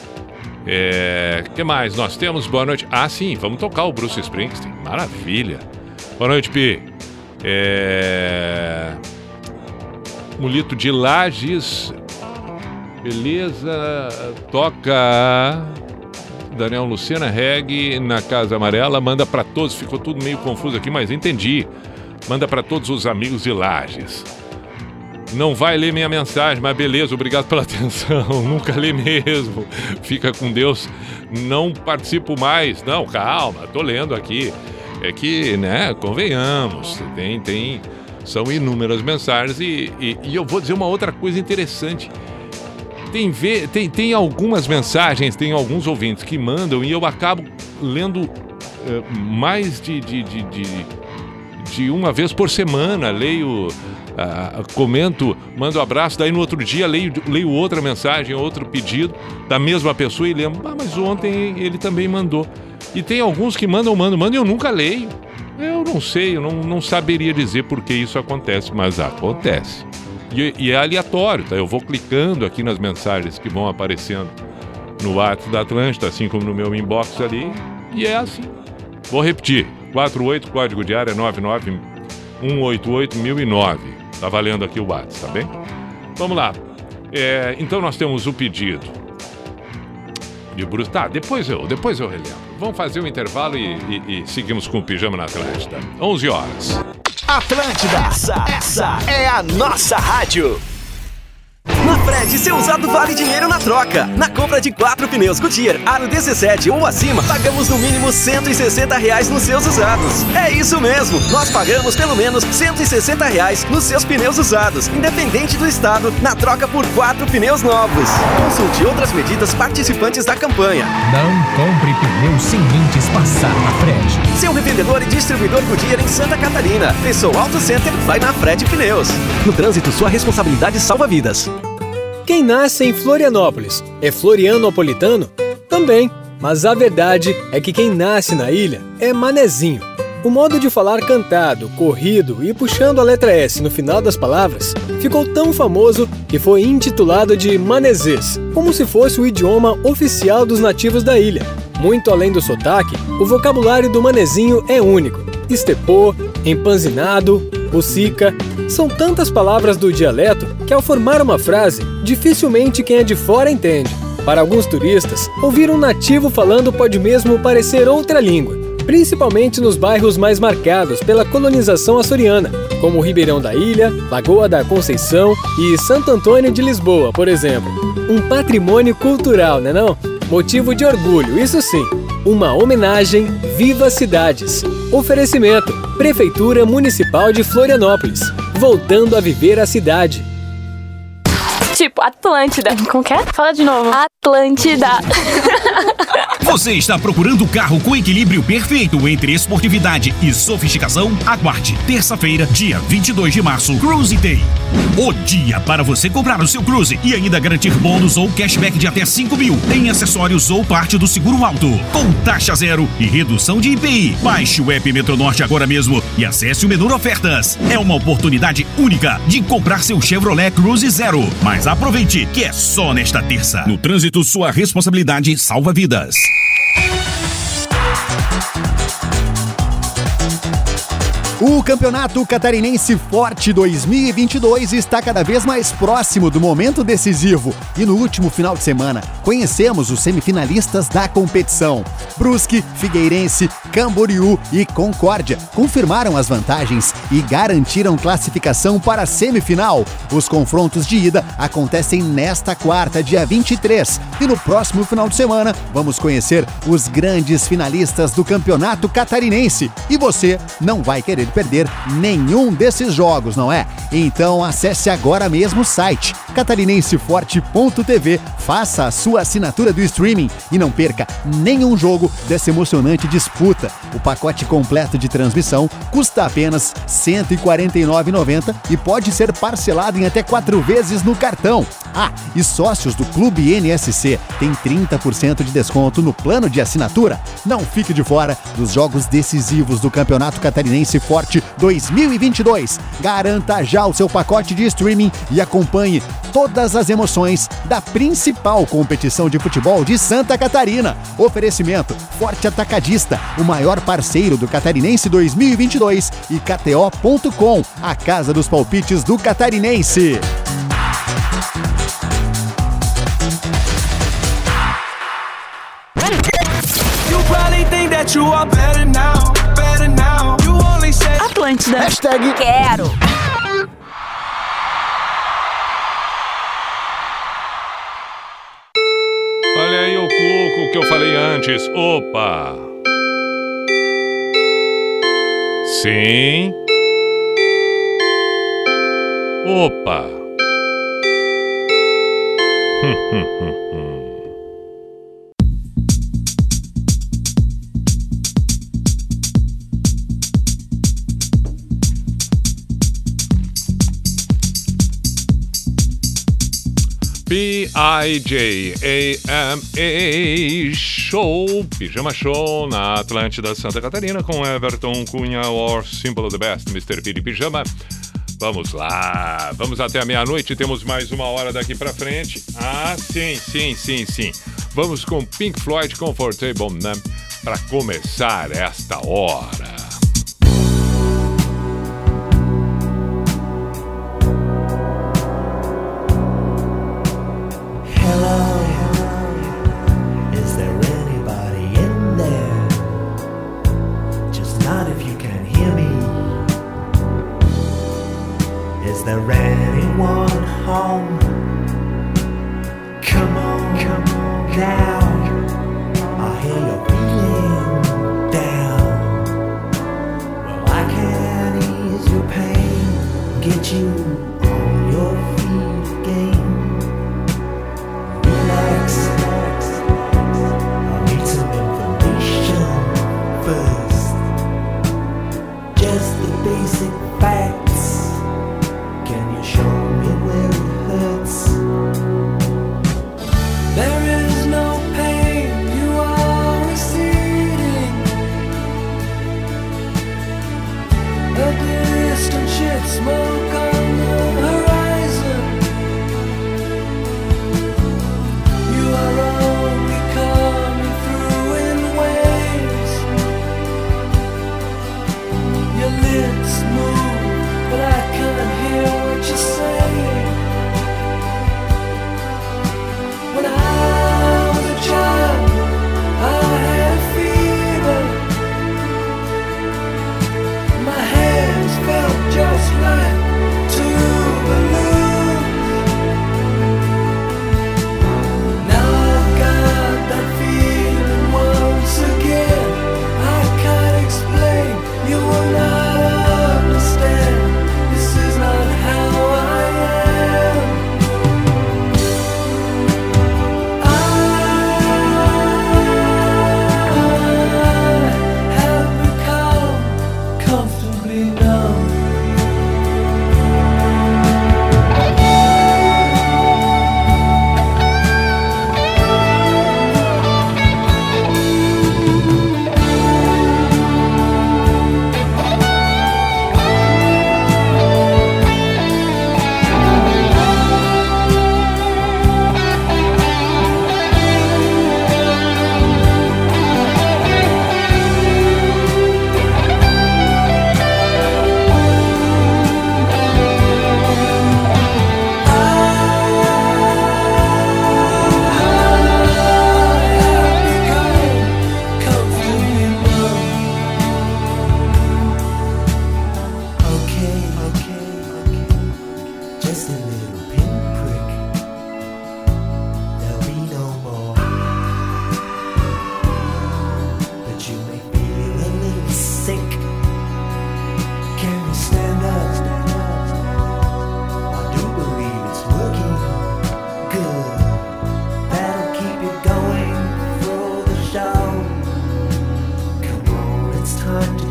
É, que mais nós temos? Boa noite. Ah, sim, vamos tocar o Bruce Springsteen. Maravilha. Boa noite, Pi. É... Mulito de Lages. Beleza. Toca Daniel Lucena, reggae na Casa Amarela. Manda pra todos. Ficou tudo meio confuso aqui, mas entendi. Manda pra todos os amigos de Lages. não vai ler minha mensagem, mas beleza, obrigado pela atenção. Nunca lê mesmo. Fica com Deus. Não participo mais. Não, calma, tô lendo aqui. É que, né, convenhamos, tem, tem, são inúmeras mensagens e, e, e eu vou dizer uma outra coisa interessante. Tem, ve, tem, tem algumas mensagens, tem alguns ouvintes que mandam e eu acabo lendo uh, mais de, de, de, de, de uma vez por semana. Leio, uh, comento, mando um abraço, daí no outro dia leio, leio outra mensagem, outro pedido da mesma pessoa e lembro, ah, mas ontem ele também mandou. E tem alguns que mandam, mandam, mandam e eu nunca leio. Eu não sei, eu não, não saberia dizer por que isso acontece, mas acontece. E, e é aleatório, tá? Eu vou clicando aqui nas mensagens que vão aparecendo no WhatsApp da Atlântida, assim como no meu inbox ali, e é assim. Vou repetir, quatro oito, código de área nove nove um oito oito mil e nove. Tá valendo aqui o WhatsApp, tá bem? Vamos lá. É, então nós temos o pedido de Bruce. Tá, depois eu, depois eu relembro. Vamos fazer um intervalo e, e, e seguimos com o Pijama na Atlântida. onze horas. Atlântida, essa, essa é a nossa rádio. Na Fred, seu usado vale dinheiro na troca. Na compra de quatro pneus Goodyear, aro dezessete ou acima, pagamos no mínimo cento e sessenta reais nos seus usados. É isso mesmo, nós pagamos pelo menos cento e sessenta reais nos seus pneus usados, independente do estado, na troca por quatro pneus novos. Consulte outras medidas participantes da campanha. Não compre pneus sem antes passar na Fred. Seu revendedor e distribuidor Goodyear em Santa Catarina. Pensou Auto Center, vai na Fred Pneus. No trânsito, sua responsabilidade salva vidas. Quem nasce em Florianópolis é florianopolitano? Também, mas a verdade é que quem nasce na ilha é manezinho. O modo de falar cantado, corrido e puxando a letra S no final das palavras ficou tão famoso que foi intitulado de manezês, como se fosse o idioma oficial dos nativos da ilha. Muito além do sotaque, o vocabulário do manezinho é único. Estepô, empanzinado, bucica, são tantas palavras do dialeto que ao formar uma frase, dificilmente quem é de fora entende. Para alguns turistas, ouvir um nativo falando pode mesmo parecer outra língua, principalmente nos bairros mais marcados pela colonização açoriana, como Ribeirão da Ilha, Lagoa da Conceição e Santo Antônio de Lisboa, por exemplo. Um patrimônio cultural, né não? Motivo de orgulho, isso sim. Uma homenagem Viva Cidades. Oferecimento: Prefeitura Municipal de Florianópolis. Voltando a viver a cidade. Tipo, Atlântida. Como que é? Fala de novo. Atlântida. Você está procurando carro com equilíbrio perfeito entre esportividade e sofisticação? Aguarde, terça-feira, dia vinte e dois de março, Cruze Day. O dia para você comprar o seu Cruze e ainda garantir bônus ou cashback de até cinco mil em acessórios ou parte do seguro alto, com taxa zero e redução de I P I. Baixe o app Metronorte agora mesmo e acesse o menu Ofertas. É uma oportunidade única de comprar seu Chevrolet Cruze Zero. Mas aproveite, que é só nesta terça. No trânsito, sua responsabilidade salva vidas. O Campeonato Catarinense Forte dois mil e vinte e dois está cada vez mais próximo do momento decisivo e no último final de semana conhecemos os semifinalistas da competição. Brusque, Figueirense, Camboriú e Concórdia confirmaram as vantagens e garantiram classificação para a semifinal. Os confrontos de ida acontecem nesta quarta, dia vinte e três, e no próximo final de semana vamos conhecer os grandes finalistas do Campeonato Catarinense. E você não vai querer perder nenhum desses jogos, não é? Então acesse agora mesmo o site catarinenseforte ponto t v, faça a sua assinatura do streaming e não perca nenhum jogo dessa emocionante disputa. O pacote completo de transmissão custa apenas cento e quarenta e nove reais e noventa centavos e pode ser parcelado em até quatro vezes no cartão. Ah, e sócios do Clube N S C têm trinta por cento de desconto no plano de assinatura. Não fique de fora dos jogos decisivos do Campeonato Catarinense Forte dois mil e vinte e dois. Garanta já o seu pacote de streaming e acompanhe todas as emoções da principal competição de futebol de Santa Catarina. Oferecimento: Forte Atacadista, o maior parceiro do Catarinense dois mil e vinte e dois, e K T O ponto com, a casa dos palpites do Catarinense. Atlântida. Hashtag quero. ouvintes. Opa! Sim. Opa! Hum, hum, hum, hum. P I J A M A Show, Pijama Show na Atlântida Santa Catarina com Everton Cunha, or Symbol of the Best, mister P de Pijama. Vamos lá, vamos até a meia-noite, temos mais uma hora daqui pra frente. Ah, sim, sim, sim, sim. Vamos com Pink Floyd Comfortable, né? Pra começar esta hora. Is there anyone home? Come on, come on now. I hear you're feeling down. Well, I can ease your pain, get you on your feet again. Relax, relax. I need some information first. Just the basic facts. Show me where it hurts. There is no pain, you are receding. A distant ship, smoke on the horizon. You are only coming through in waves. Your lips move, but I can't hear what you're saying. When I was a child, I had fever. My hands felt just like two balloons. Now I've got that feeling once again. I can't explain, you will not understand. This is not how I am. I have become comfortably numb.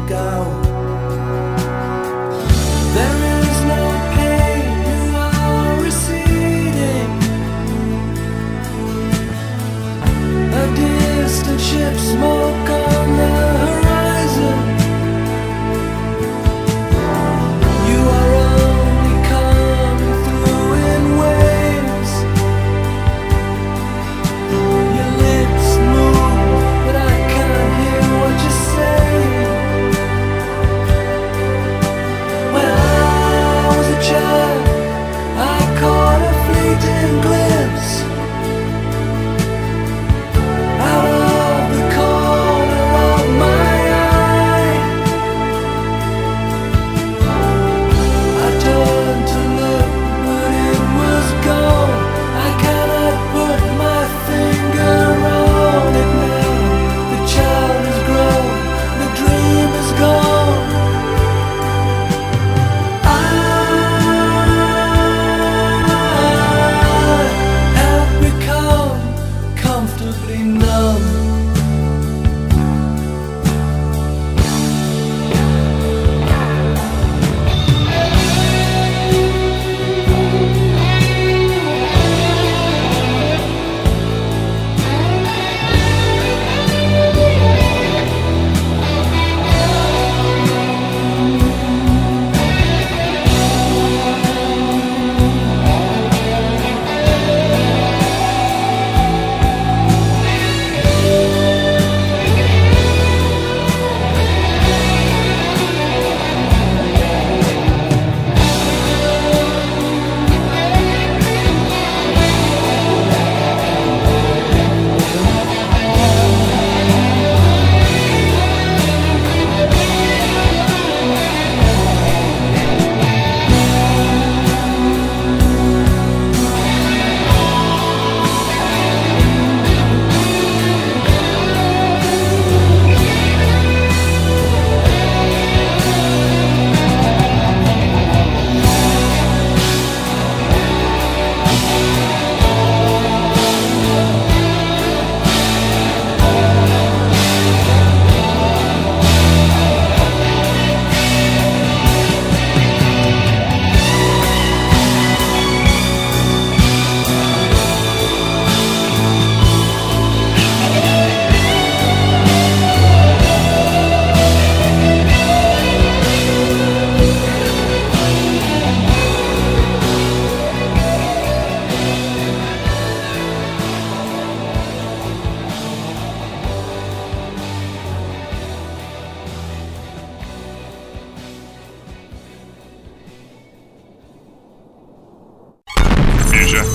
There is no pain, you are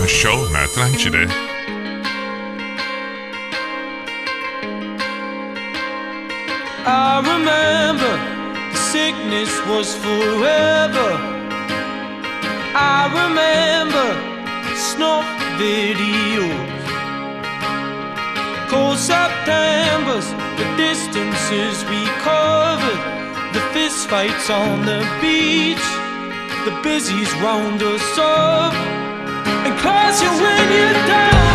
Show na Atlântida. I remember the sickness was forever. I remember snuff videos, cold Septembers, the distances we covered, the fist fights on the beach, the busies round us up, and cause you when you're down.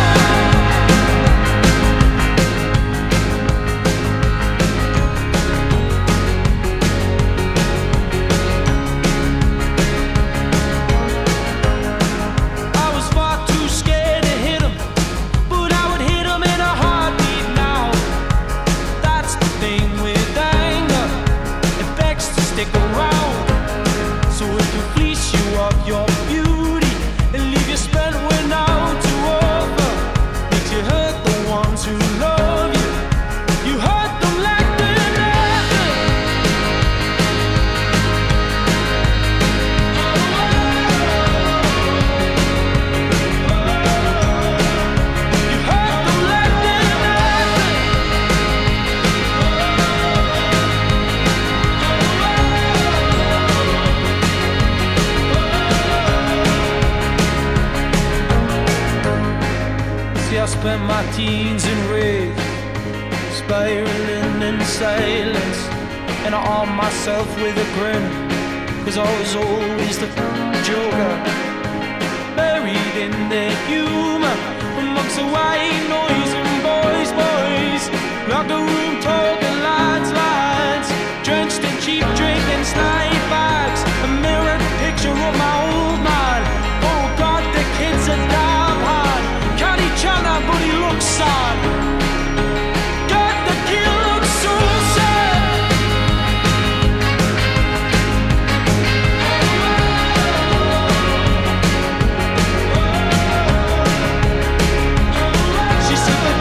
Your beauty and leave you spent when out to over. Makes you hurt the ones who love you. You hurt them like they're nothing. You hurt them like they're nothing. I spent my teens in rage, spiraling in silence, and I armed myself with a grin, cause I was always the joker, buried in their humor, amongst the white noise and boys, boys, locker room talking lines, lines, drenched in cheap drink and snipe bags, a mirrored picture of my old man. Oh God, the kids are damn hard. China, but he looks sad. God, the kid looks so sad. She said the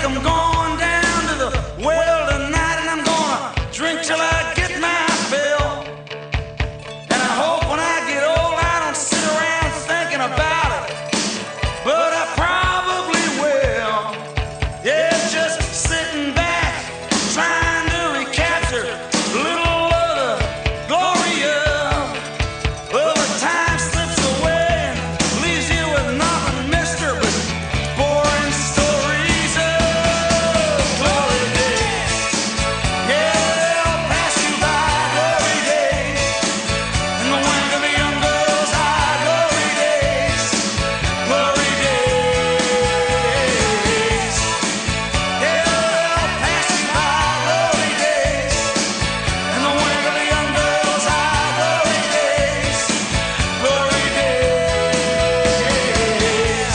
I'm going down to the well tonight, and I'm gonna drink till I get my fill. And I hope when I get old I don't sit around thinking about it, but I probably will. Yeah, just sitting back, trying to recapture a little of the glory of. Well, the time slips away and leaves you with nothing, mister, but boring stories of glory days. Yeah, they'll pass you by, glory days. In the wink of a young girl's eye, glory days. Glory days. Yeah, they'll pass you by, glory days. In the wink of a young girl's eye, glory days. Glory days.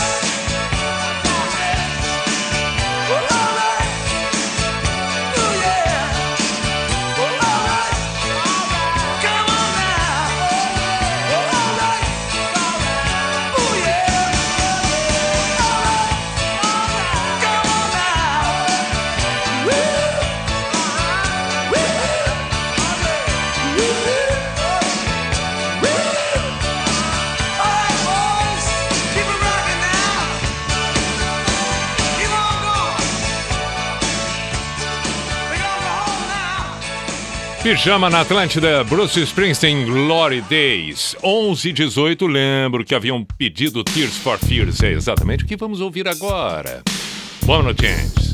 Well, all right. Ooh, yeah. Well, all right. Come on now. Well, all right. Ooh, yeah. All right. Come on now. Woo. Woo. Woo. Woo. All right, boys. Keep it rocking now. Keep on going. We're gonna go home now. Pijama na Atlântida, Bruce Springsteen, Glory Days. onze e dezoito, lembro que haviam pedido Tears for Fears. É exatamente o que vamos ouvir agora. Boa noite, gente.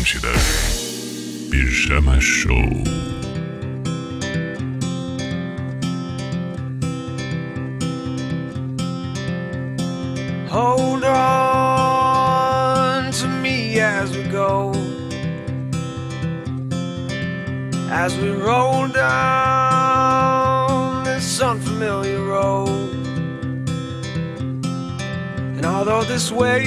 Atlântida. Pijama Show. Hold on to me as we go, as we roll down this unfamiliar road. And although this wave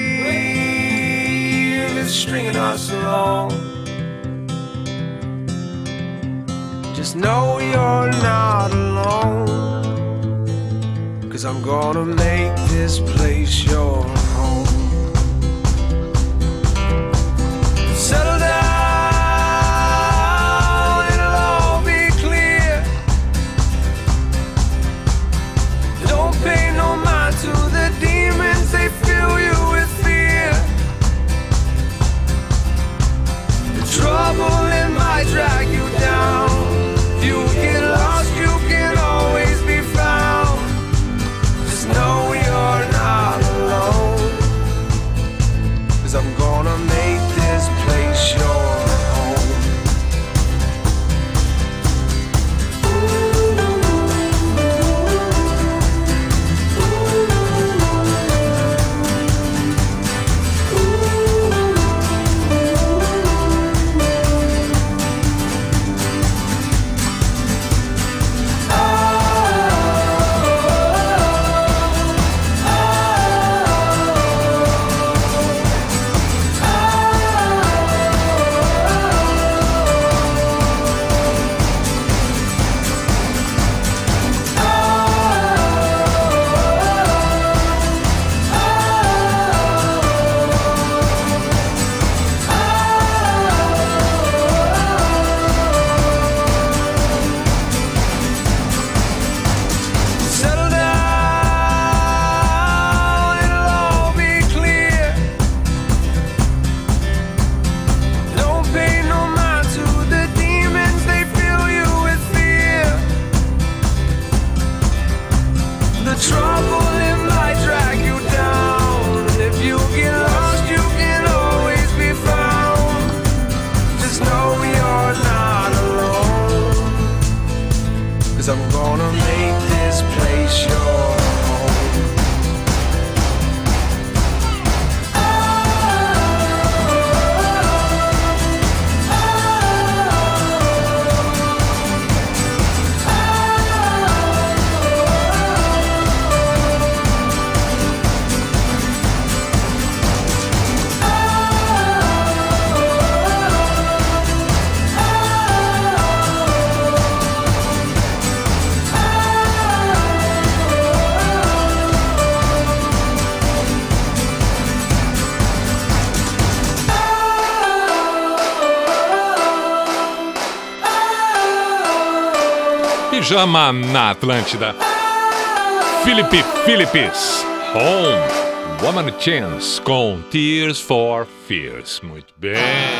is stringing us along, just know you're not alone. 'Cause I'm gonna make this place your home. Settle down, it'll all be clear. Don't pay no mind to the demons, they fill you with fear. The trouble, it might drag you down. If you get lost, you can always be found. No, you're not alone. 'Cause I'm gonna make this place your home. I'm gonna make this place your home. Pijama na Atlântida. Felipe Phillips, Home, Woman Chance com Tears for Fears. Muito bem.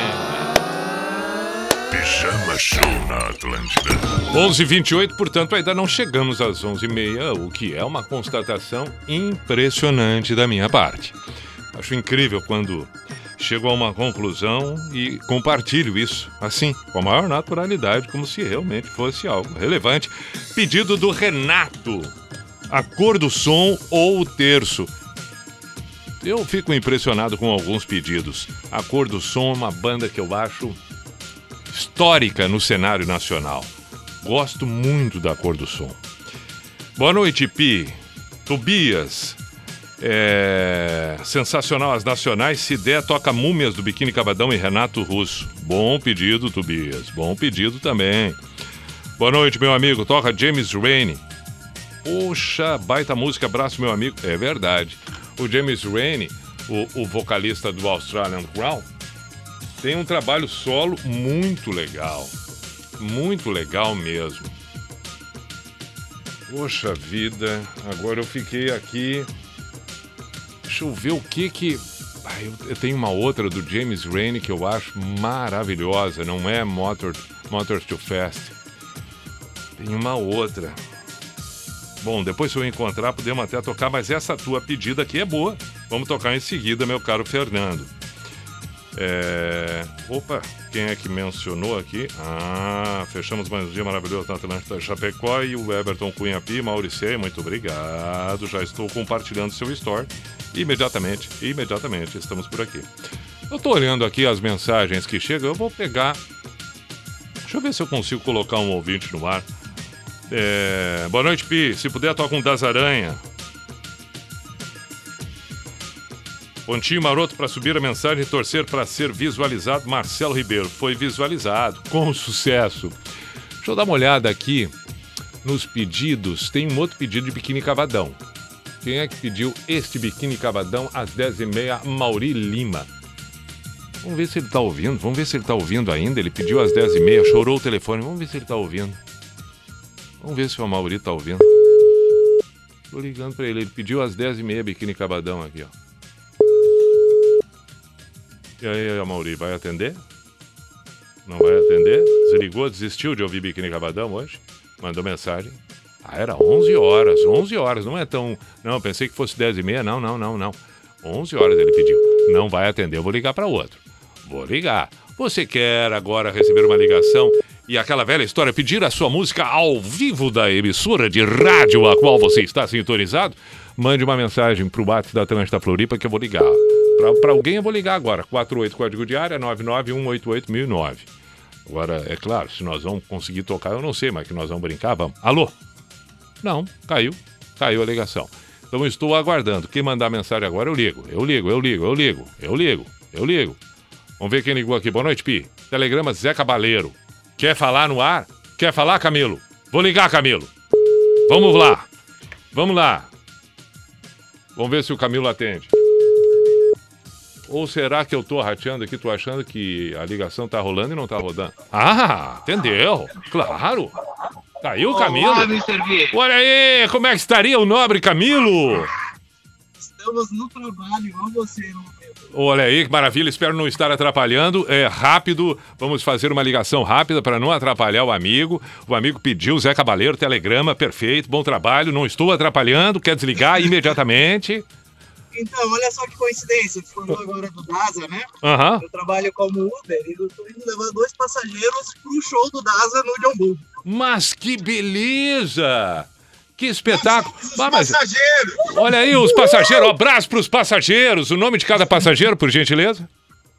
Pijama Show na Atlântida. onze e vinte e oito, portanto, ainda não chegamos às onze e meia, o que é uma constatação impressionante da minha parte. Acho incrível quando chego a uma conclusão e compartilho isso, assim, com a maior naturalidade, como se realmente fosse algo relevante. Pedido do Renato, a cor do som ou o terço. Eu fico impressionado com alguns pedidos. A Cor do Som é uma banda que eu acho histórica no cenário nacional. Gosto muito da Cor do Som. Boa noite, Pi. Tobias. É... Sensacional as nacionais. Se der, toca Múmias do Biquíni Cavadão e Renato Russo. Bom pedido, Tobias. Bom pedido também. Boa noite, meu amigo. Toca James Rainey. Poxa, baita música. Abraço, meu amigo. É verdade. O James Rainey, o, o vocalista do Australian Crown, tem um trabalho solo muito legal. Muito legal mesmo. Poxa vida. Agora eu fiquei aqui... Deixa eu ver o que que... Ah, eu, eu tenho uma outra do James Rainey que eu acho maravilhosa. Não é Motor, Motors Too Fast. Tem uma outra. Bom, depois se eu encontrar, podemos até tocar. Mas essa tua pedida aqui é boa. Vamos tocar em seguida, meu caro Fernando. É... Opa, quem é que mencionou aqui? Ah, fechamos mais um dia maravilhoso na Atlântida Chapecó e o Everton Cunhapi, Mauricei, muito obrigado. Já estou compartilhando seu story. Imediatamente, imediatamente, estamos por aqui. Eu estou olhando aqui as mensagens que chegam, eu vou pegar... Deixa eu ver se eu consigo colocar um ouvinte no ar. É... Boa noite, Pi. Se puder, toca um das Aranha. Pontinho maroto para subir a mensagem e torcer para ser visualizado. Marcelo Ribeiro foi visualizado com sucesso. Deixa eu dar uma olhada aqui nos pedidos. Tem um outro pedido de biquíni cavadão. Quem é que pediu este biquíni cavadão às dez e meia? Mauri Lima. Vamos ver se ele tá ouvindo. Vamos ver se ele tá ouvindo ainda. Ele pediu às dez e meia, chorou o telefone. Vamos ver se ele tá ouvindo. Vamos ver se o Mauri tá ouvindo. Tô ligando para ele. Ele pediu às dez e meia biquíni cavadão aqui, ó. E aí, Mauri, vai atender? Não vai atender? Desligou, desistiu de ouvir biquíni cavadão hoje? Mandou mensagem. Ah, era onze horas, onze horas, não é tão... Não, pensei que fosse dez e meia, não, não, não, não. onze horas ele pediu. Não vai atender, eu vou ligar para outro. Vou ligar. Você quer agora receber uma ligação e aquela velha história, pedir a sua música ao vivo da emissora de rádio a qual você está sintonizado? Mande uma mensagem pro WhatsApp da Atlântida Floripa que eu vou ligar. Para alguém eu vou ligar agora. quatro oito código de área nove nove um oito oito mil e nove. Agora, é claro, se nós vamos conseguir tocar, eu não sei, mas que nós vamos brincar, vamos. Alô? Não, caiu. Caiu a ligação. Então eu estou aguardando. Quem mandar mensagem agora, eu ligo. Eu ligo, eu ligo, eu ligo. Eu ligo, eu ligo. Vamos ver quem ligou aqui. Boa noite, Pi. Telegrama Zé Cabaleiro. Quer falar no ar? Quer falar, Camilo? Vou ligar, Camilo. Vamos lá. Vamos lá. Vamos ver se o Camilo atende. Ou será que eu tô rateando aqui, tô achando que a ligação tá rolando e não tá rodando? Ah, entendeu? Claro. Caiu o Camilo. Olá, mister B. Olha aí, como é que estaria o nobre Camilo? Estamos no trabalho, igual você, no momento. Olha aí, que maravilha, espero não estar atrapalhando. É rápido, vamos fazer uma ligação rápida para não atrapalhar o amigo. O amigo pediu, Zé Cabaleiro, telegrama, perfeito, bom trabalho, não estou atrapalhando, quer desligar imediatamente. Então, olha só que coincidência, você falou agora do Daza, né? Aham. Eu trabalho como Uber e eu tô indo levar dois passageiros pro show do Daza no John Bull. Mas que beleza! Que espetáculo! Os ah, mas... passageiros! Olha aí, os passageiros, um abraço pros passageiros. O nome de cada passageiro, por gentileza?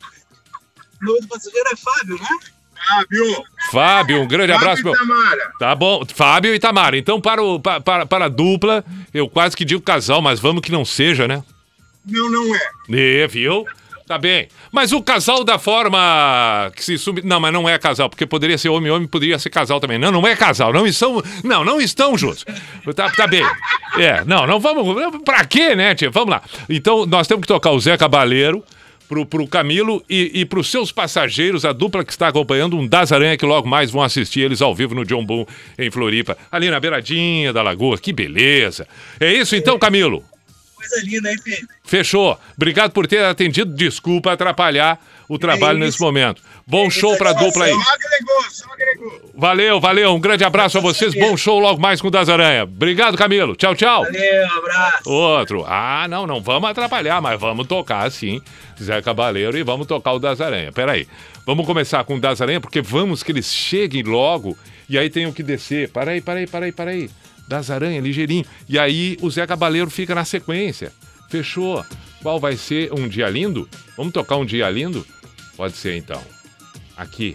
O nome do passageiro é Fábio, né? Fábio! Fábio, um grande Fábio abraço. e Tamara. Tá bom, Fábio e Tamara. Então, para, o, para, para, para a dupla, eu quase que digo casal, mas vamos que não seja, né? Não, não é. É, viu? Tá bem. Mas o casal da forma que se sub... Não, mas não é casal, porque poderia ser homem e homem, poderia ser casal também. Não, não é casal. Não estão, não, não estão juntos. Tá, tá bem. É, não, não vamos... Pra quê, né, tia? Vamos lá. Então, nós temos que tocar o Zé Cabaleiro pro, pro Camilo e, e pros seus passageiros, a dupla que está acompanhando, um Das Aranha, que logo mais vão assistir eles ao vivo no John Bull, em Floripa. Ali na beiradinha da lagoa. Que beleza. É isso então, Camilo? Coisa linda, hein, filho? Fechou. Obrigado por ter atendido. Desculpa atrapalhar o trabalho é nesse momento. Bom show pra dupla aí. Só agregou, só agregou. Valeu, valeu. Um grande abraço a vocês. Bom show logo mais com o Das Aranha. Obrigado, Camilo. Tchau, tchau. Valeu, abraço. Outro. Ah, não, não vamos atrapalhar, mas vamos tocar sim, Zé Cabaleiro, e vamos tocar o Das Aranha. Peraí. Vamos começar com o Das Aranha, porque vamos que eles cheguem logo e aí tenham que descer. Peraí, peraí, peraí, peraí. Das Aranha, ligeirinho. E aí o Zé Cabaleiro fica na sequência. Fechou. Qual vai ser um dia lindo? Vamos tocar um dia lindo? Pode ser então. Aqui.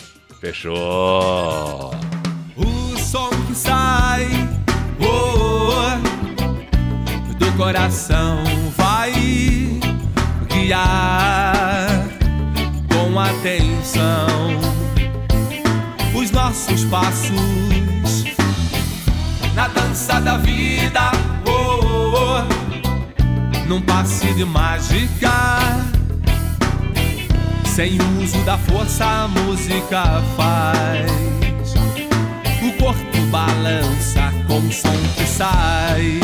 Fechou. O som que sai oh, do coração vai guiar com atenção os nossos passos na dança da vida, oh, oh, oh, num passe de mágica. Sem uso da força a música faz o corpo balança com o som que sai.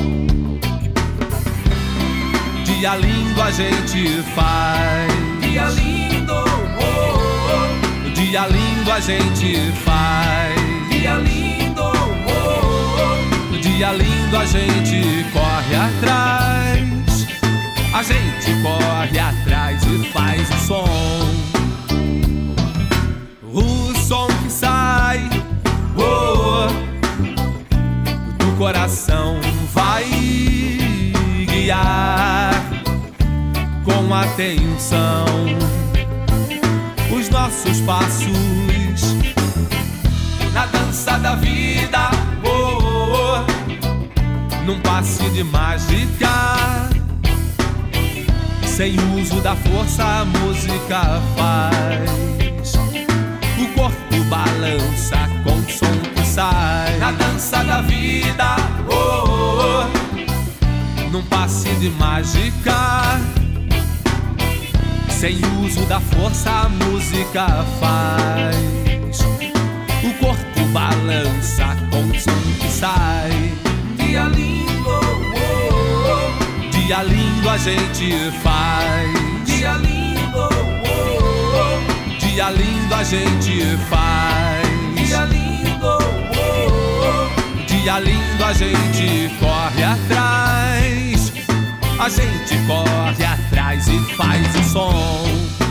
Dia lindo a gente faz. Dia lindo, oh, oh, oh. Dia lindo a gente faz. Dia lindo, oh, oh. Dia lindo a gente corre atrás A gente corre atrás e faz o som. O som que sai oh, do coração vai guiar com atenção os nossos passos na dança da vida, oh, oh, num passe de mágica. Sem uso da força a música faz, o corpo balança com o som que sai. Na dança da vida, oh, oh, num passe de mágica. Sem uso da força a música faz, o corpo balança com o som que sai. Dia lindo, oh, oh, dia lindo a gente faz. Dia lindo, oh, oh, dia lindo a gente faz. Dia lindo, oh, oh, dia lindo a gente corre atrás. A gente corre atrás e faz o som.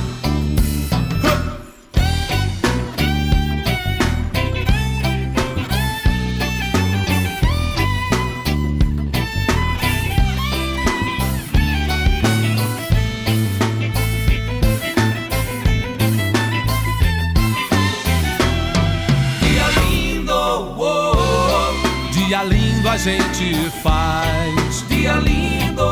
Dia lindo, oh, oh, dia lindo a gente faz. Dia lindo,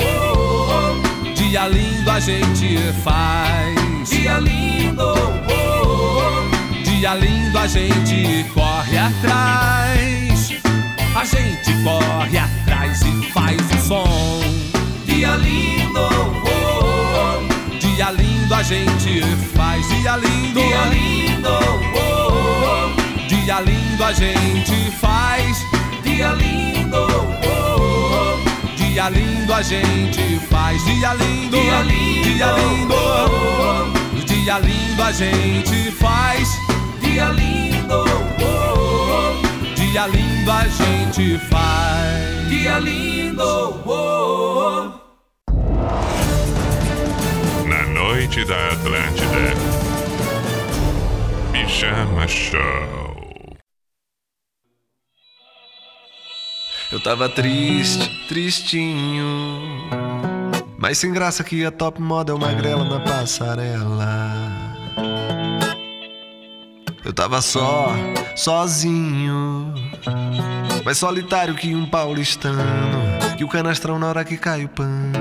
dia lindo a gente faz. Dia lindo, oh, dia lindo a gente corre atrás. A gente corre atrás e faz o som. Dia lindo, oh, dia lindo a gente faz. Dia lindo, dia lindo, oh, dia lindo a gente faz. Dia lindo, oh, dia lindo a gente faz. Dia lindo, dia lindo, dia lindo, dia lindo a gente faz. Dia lindo, oh, dia lindo a gente faz. Dia lindo, oh. Na noite da Atlântida, Pijama Show. Eu tava triste, tristinho, mas sem graça que a top model magrela na passarela. Eu tava só, sozinho, mais solitário que um paulistano, que o canastrão na hora que cai o pano.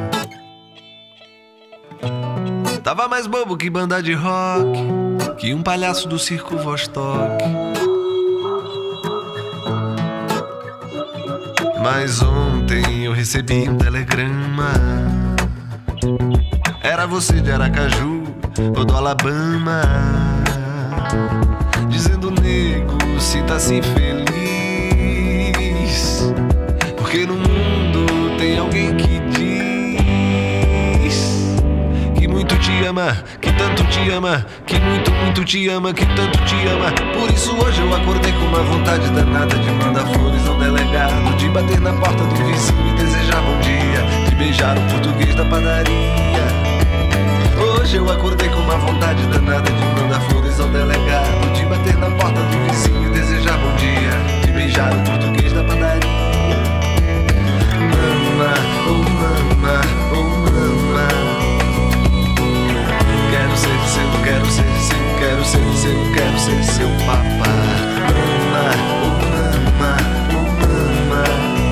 Tava mais bobo que banda de rock, que um palhaço do circo Vostok. Mas ontem eu recebi um telegrama. Era você de Aracaju ou do Alabama, dizendo: nego, sinta-se feliz, porque no mundo tem alguém que diz que muito te ama, que tanto te ama, que muito, muito te ama, que tanto te ama. Por isso hoje eu acordei com uma vontade danada de mandar flores ao delegado, de bater na porta do vizinho e desejar bom dia, de beijar o português da padaria. Hoje eu acordei com uma vontade danada de mandar flores ao delegado, de bater na porta do vizinho e desejar bom dia, de beijar o português da padaria. Mama, oh mama, oh mama, quero ser seu, quero ser seu, quero ser seu, quero ser seu papá. Mama, oh mama, oh mama,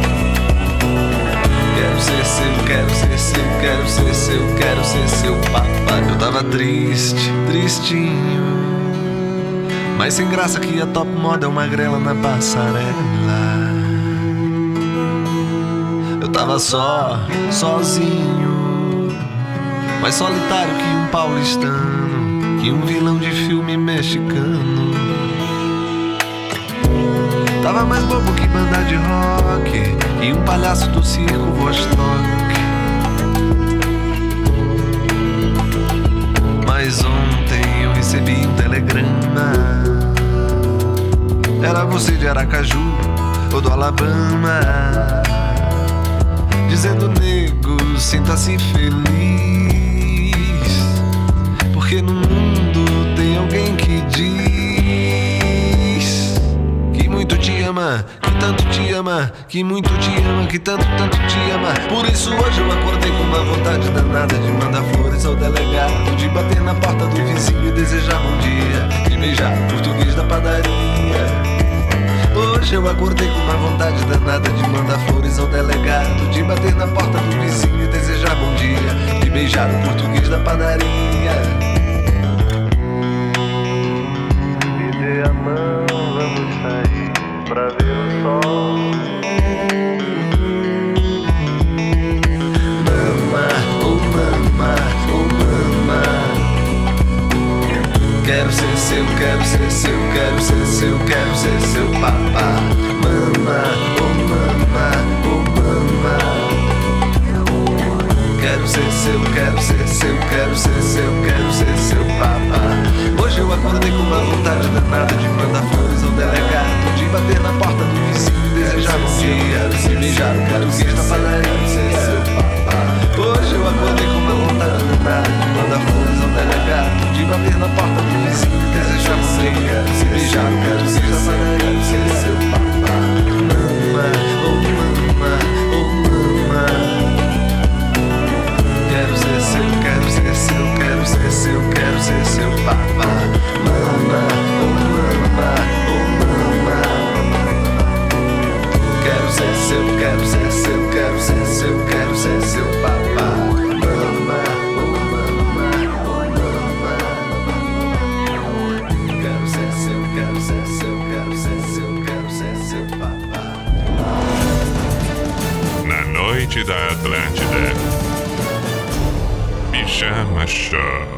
quero ser seu, quero ser seu, quero ser seu, quero ser seu papá. Eu tava triste, tristinho, mas sem graça que a top model magrela na passarela. Eu tava só, sozinho, mais solitário que um paulistano, que um vilão de filme mexicano. Tava mais bobo que banda de rock, e um palhaço do circo Vostok. Mas ontem eu recebi um telegrama. Era você de Aracaju ou do Alabama, dizendo nego, sinta-se feliz, porque no mundo tem alguém que diz que muito te ama, que tanto te ama, que muito te ama, que tanto, tanto te ama. Por isso hoje eu acordei com uma vontade danada de mandar flores ao delegado, de bater na porta do vizinho e desejar bom dia, de beijar o português da padaria. Hoje eu acordei com uma vontade danada de mandar flores ao delegado, de bater na porta do vizinho e desejar bom dia, de beijar o português da padaria. Me dê a mão, vamos sair pra ver o sol. Mama, oh mama, oh mama, quero ser seu, quero ser seu, quero ser seu, quero ser seu papá. Mama, oh mama, oh mama, quero ser seu, quero ser seu, quero ser seu, quero ser seu papá. Hoje eu acordei com uma vontade danada de mandar flores ao delegado, de bater na porta do vizinho e desejar bom dia, de beijar o português na padaria. Hoje eu acordei com uma vontade danada de mandar flores ao delegado, de bater na porta do vizinho e desejar bom dia, de beijar o português na padaria. Seu papá, mama, oh mama, oh mama, quero ser seu, quero ser seu, quero ser seu, quero ser seu papá. Mama, oh mama, oh mama, quero ser seu, quero ser seu, quero ser seu, quero ser seu papá. Mama, oh mama, oh mama, quero ser seu, quero ser seu, quero ser seu, quero ser seu papá. Na noite da Atlântida, Pijama Show.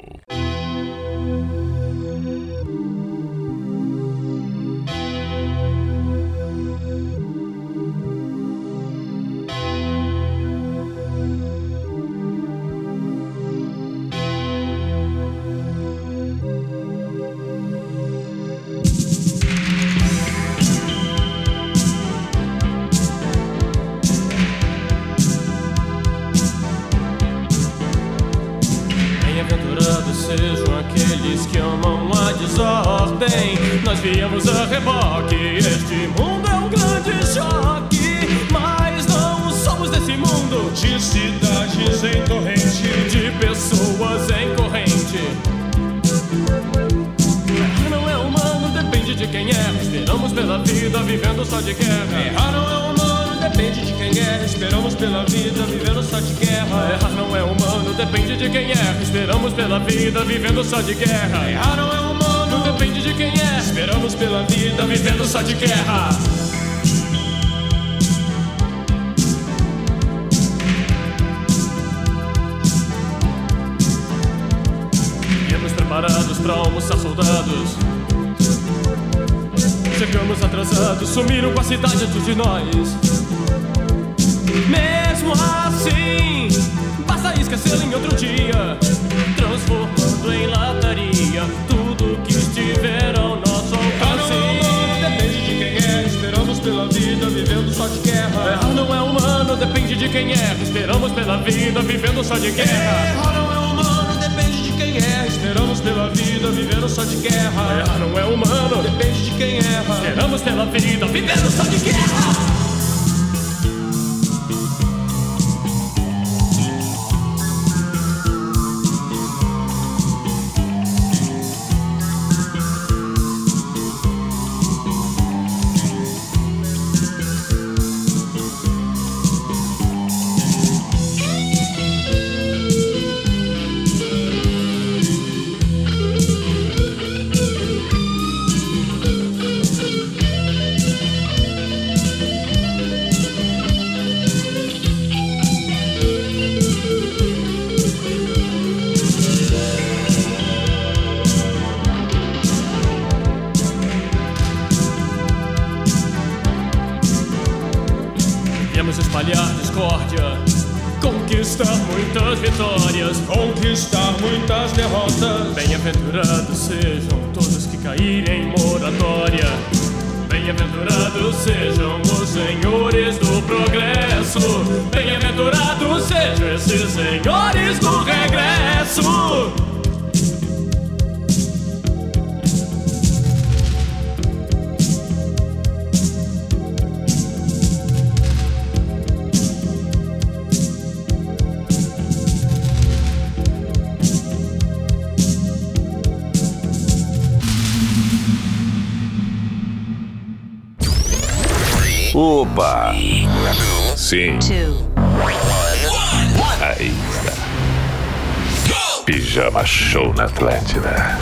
Sejam aqueles que amam a desordem. Nós viemos a reboque. Este mundo é um grande choque, mas não somos desse mundo. De cidades em corrente, de pessoas em corrente. Errar não é humano, depende de quem é. Esperamos pela vida, vivendo só de guerra. Errar não é humano, depende de quem é. Esperamos pela vida, vivendo só de guerra. Errar não é humano, depende de quem é. Esperamos pela vida, vivendo só de guerra. Errar não é humano, depende de quem é. Esperamos pela vida, vivendo só de guerra. Viemos preparados pra almoçar soldados. Chegamos atrasados, sumiram com a cidade antes de nós. Mesmo assim, basta esquecê-lo em outro dia, transformando em lataria tudo que estiver ao nosso alcance. Depende de quem é, esperamos pela vida, vivendo só de guerra. Errar não é humano, depende de quem é, esperamos pela vida, vivendo só de guerra. Errar não é humano, depende de quem é, esperamos pela vida, vivendo só de guerra. Errar não é humano, depende de quem erra, esperamos pela vida, vivendo só de guerra. Espalhar discórdia, conquistar muitas vitórias, conquistar muitas derrotas. Bem-aventurados sejam todos que caírem em moratória. Bem-aventurados sejam os senhores do progresso. sucesso. Bem-aventurados sejam esses senhores do regresso. Opa! Sim. Aí está. Pijama Show na Atlântida.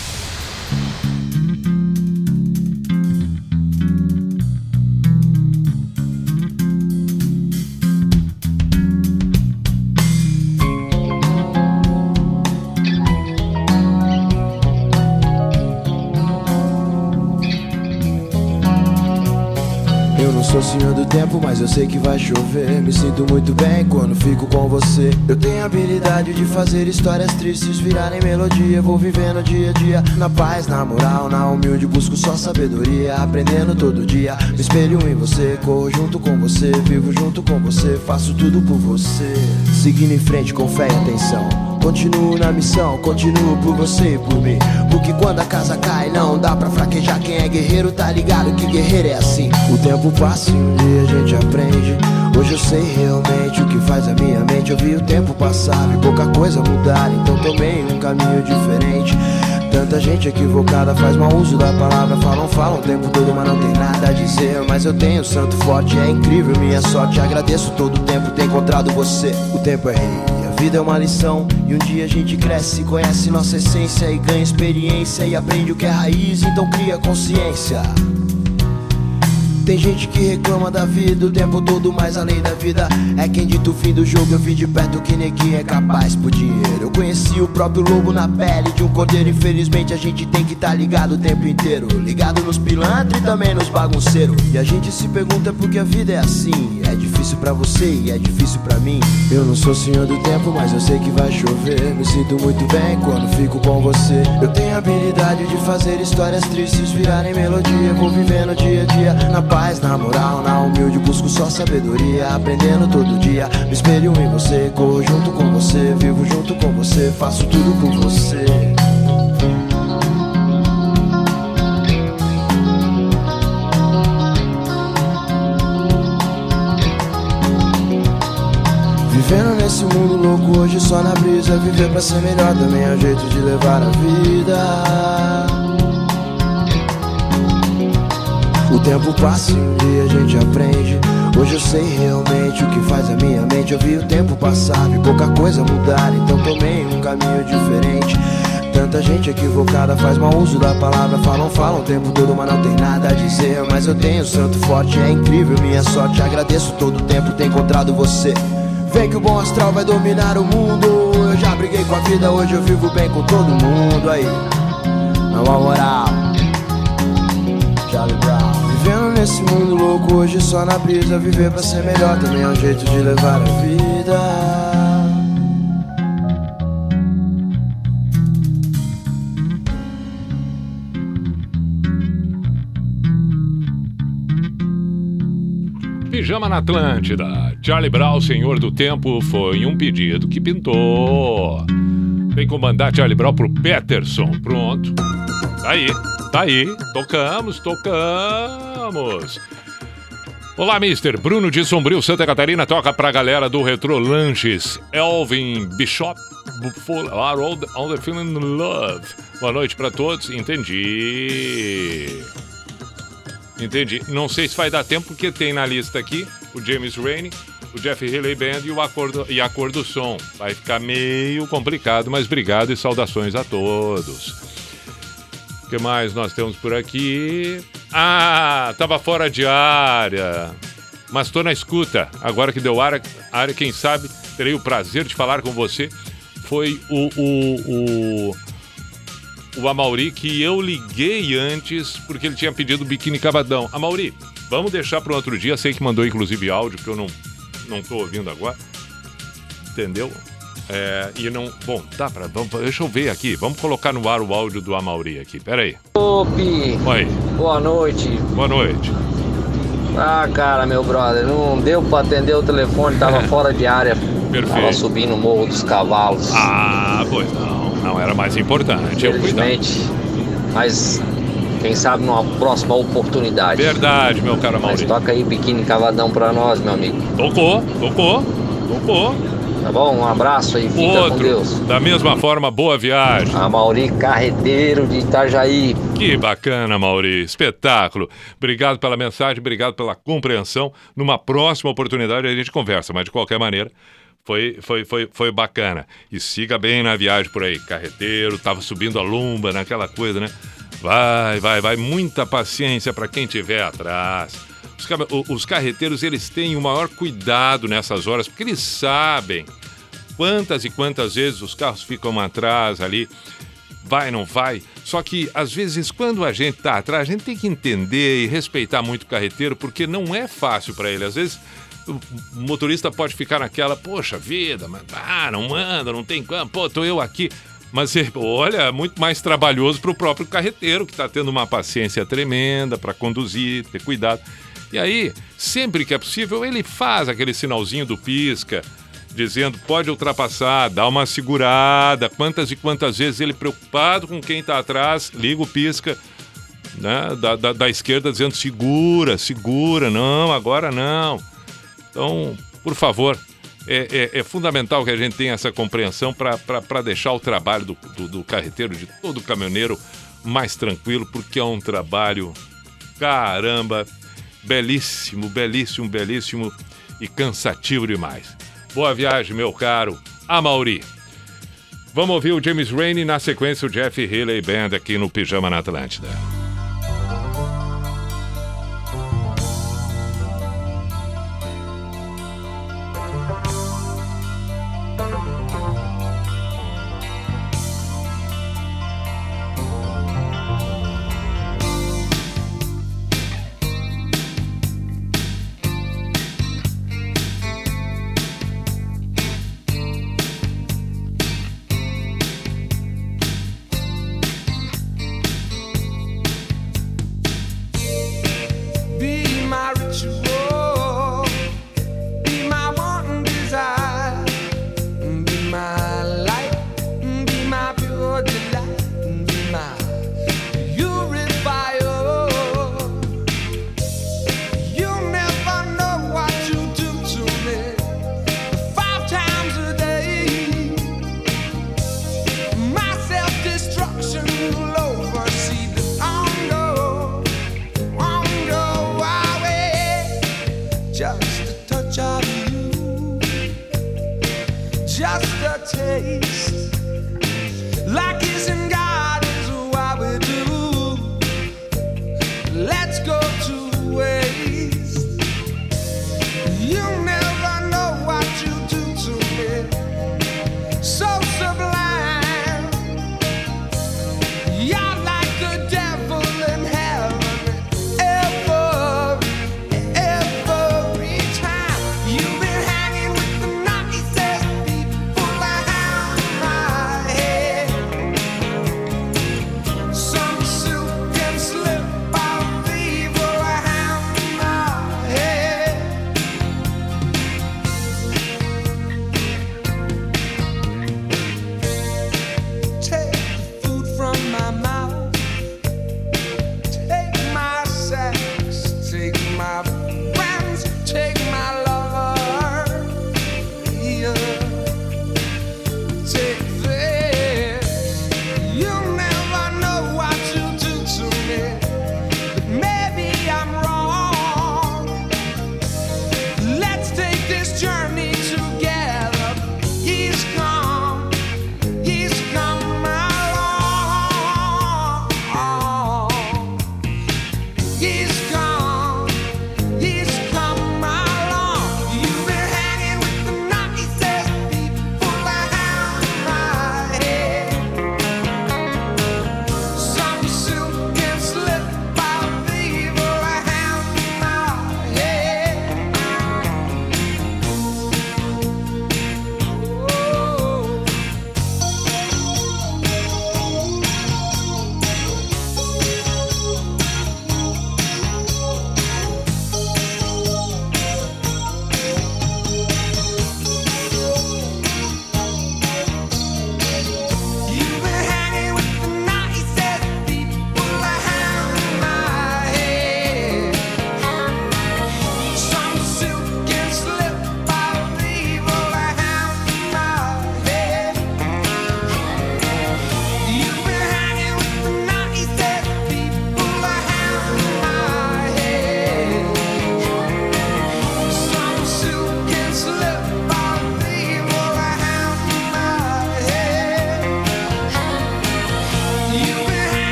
Sou senhor do tempo, mas eu sei que vai chover. Me sinto muito bem quando fico com você. Eu tenho a habilidade de fazer histórias tristes virarem melodia. Vou vivendo dia a dia, na paz, na moral, na humilde. Busco só sabedoria, aprendendo todo dia. Me espelho em você, corro junto com você. Vivo junto com você, faço tudo por você. Seguindo em frente com fé e atenção. Continuo na missão, continuo por você e por mim. Porque quando a casa cai não dá pra fraquejar. Quem é guerreiro tá ligado que guerreiro é assim. O tempo passa e um dia a gente aprende. Hoje eu sei realmente o que faz a minha mente. Eu vi o tempo passar, vi pouca coisa mudar. Então tomei um caminho diferente. Tanta gente equivocada faz mau uso da palavra. Falam, falam o tempo todo, mas não tem nada a dizer. Mas eu tenho santo forte, é incrível minha sorte. Agradeço todo o tempo ter encontrado você. O tempo é rei, a vida é uma lição. E um dia a gente cresce, conhece nossa essência e ganha experiência e aprende o que é raiz, então cria consciência. Tem gente que reclama da vida o tempo todo, mas a lei da vida é quem dita o fim do jogo. Eu vi de perto que neguinho é capaz por dinheiro. Eu conheci o próprio lobo na pele de um cordeiro. Infelizmente a gente tem que tá ligado o tempo inteiro. Ligado nos pilantras e também nos bagunceiros. E a gente se pergunta por que a vida é assim. É difícil pra você e é difícil pra mim. Eu não sou senhor do tempo, mas eu sei que vai chover. Me sinto muito bem quando fico com você. Eu tenho a habilidade de fazer histórias tristes virarem melodia. Vou vivendo dia a dia, na paz, na moral, na humilde. Busco só sabedoria, aprendendo todo dia. Me espelho em você, corro junto com você. Vivo junto com você, faço tudo por você. Vivendo nesse mundo louco hoje só na brisa. Viver pra ser melhor também é um jeito de levar a vida. O tempo passa e um dia a gente aprende. Hoje eu sei realmente o que faz a minha mente. Eu vi o tempo passar, vi pouca coisa mudar. Então tomei um caminho diferente. Tanta gente equivocada faz mau uso da palavra. Falam, falam o tempo todo, mas não tem nada a dizer. Mas eu tenho santo forte, é incrível minha sorte. Agradeço todo o tempo ter encontrado você. Vem que o bom astral vai dominar o mundo. Eu já briguei com a vida, hoje eu vivo bem com todo mundo. Aí, não há moral, Charlie Brown. Vivendo nesse mundo louco hoje só na brisa. Viver pra ser melhor também é um jeito de levar a vida. Pijama na Atlântida. Charlie Brown, Senhor do Tempo, foi um pedido que pintou. Tem que mandar Charlie Brown pro Peterson. Pronto. Tá aí, tá aí. Tocamos, tocamos. Olá, mister Bruno de Sombrio, Santa Catarina. Toca pra galera do Retro Lanches. Elvin Bishop. Are all the, all the feeling love. Boa noite pra todos. Entendi. Entendi. Não sei se vai dar tempo, porque tem na lista aqui o James Rainey, o Jeff Healey Band e, o acordo, e a Cor do Som. Vai ficar meio complicado, mas obrigado e saudações a todos. O que mais nós temos por aqui? Ah, tava fora de área, mas tô na escuta. Agora que deu área, área, quem sabe, terei o prazer de falar com você. Foi o... o, o O Amauri, que eu liguei antes porque ele tinha pedido biquíni cavadão. Amauri, vamos deixar para um outro dia. Sei que mandou inclusive áudio que eu não, não tô ouvindo agora. Entendeu? É, e não... Bom, tá pra... Vamos, deixa eu ver aqui. Vamos colocar no ar o áudio do Amauri aqui. Pera aí. Ô, Pi. Oi. Boa noite. Boa noite. Ah, cara, meu brother, não deu pra atender o telefone, tava fora de área. Perfeito. Tava subindo o Morro dos Cavalos. Ah, pois não, não era mais importante. Eu Infelizmente, mas quem sabe numa próxima oportunidade. Verdade, meu caro Maurício. Mas toca aí Biquíni Cavadão pra nós, meu amigo. Tocou, tocou, tocou. Tá bom? Um abraço aí, fica Outro, com Deus. Da mesma forma, boa viagem. A Mauri Carreteiro de Itajaí. Que bacana, Mauri. Espetáculo. Obrigado pela mensagem, obrigado pela compreensão. Numa próxima oportunidade a gente conversa, mas de qualquer maneira, foi, foi, foi, foi bacana. E siga bem na viagem por aí. Carreteiro, tava subindo a lumba, naquela coisa, né? Vai, vai, vai. Muita paciência para quem tiver atrás. Os, os carreteiros, eles têm o maior cuidado nessas horas, porque eles sabem quantas e quantas vezes os carros ficam atrás ali, vai, não vai. Só que, às vezes, quando a gente tá atrás, a gente tem que entender e respeitar muito o carreteiro, porque não é fácil para ele. Às vezes, o motorista pode ficar naquela, poxa vida, mas ah, não manda, não tem como, pô, tô eu aqui. Mas, olha, é muito mais trabalhoso para o próprio carreteiro, que está tendo uma paciência tremenda para conduzir, ter cuidado. E aí, sempre que é possível, ele faz aquele sinalzinho do pisca, dizendo, pode ultrapassar, dá uma segurada. Quantas e quantas vezes ele, preocupado com quem está atrás, liga o pisca, né, da, da, da esquerda, dizendo, segura, segura, não, agora não. Então, por favor, é, é, é fundamental que a gente tenha essa compreensão para deixar o trabalho do, do, do carreteiro, de todo caminhoneiro, mais tranquilo, porque é um trabalho, caramba, belíssimo, belíssimo, belíssimo e cansativo demais. Boa viagem, meu caro Amaury. Vamos ouvir o James Rainey, na sequência o Jeff Healey Band aqui no Pijama na Atlântida.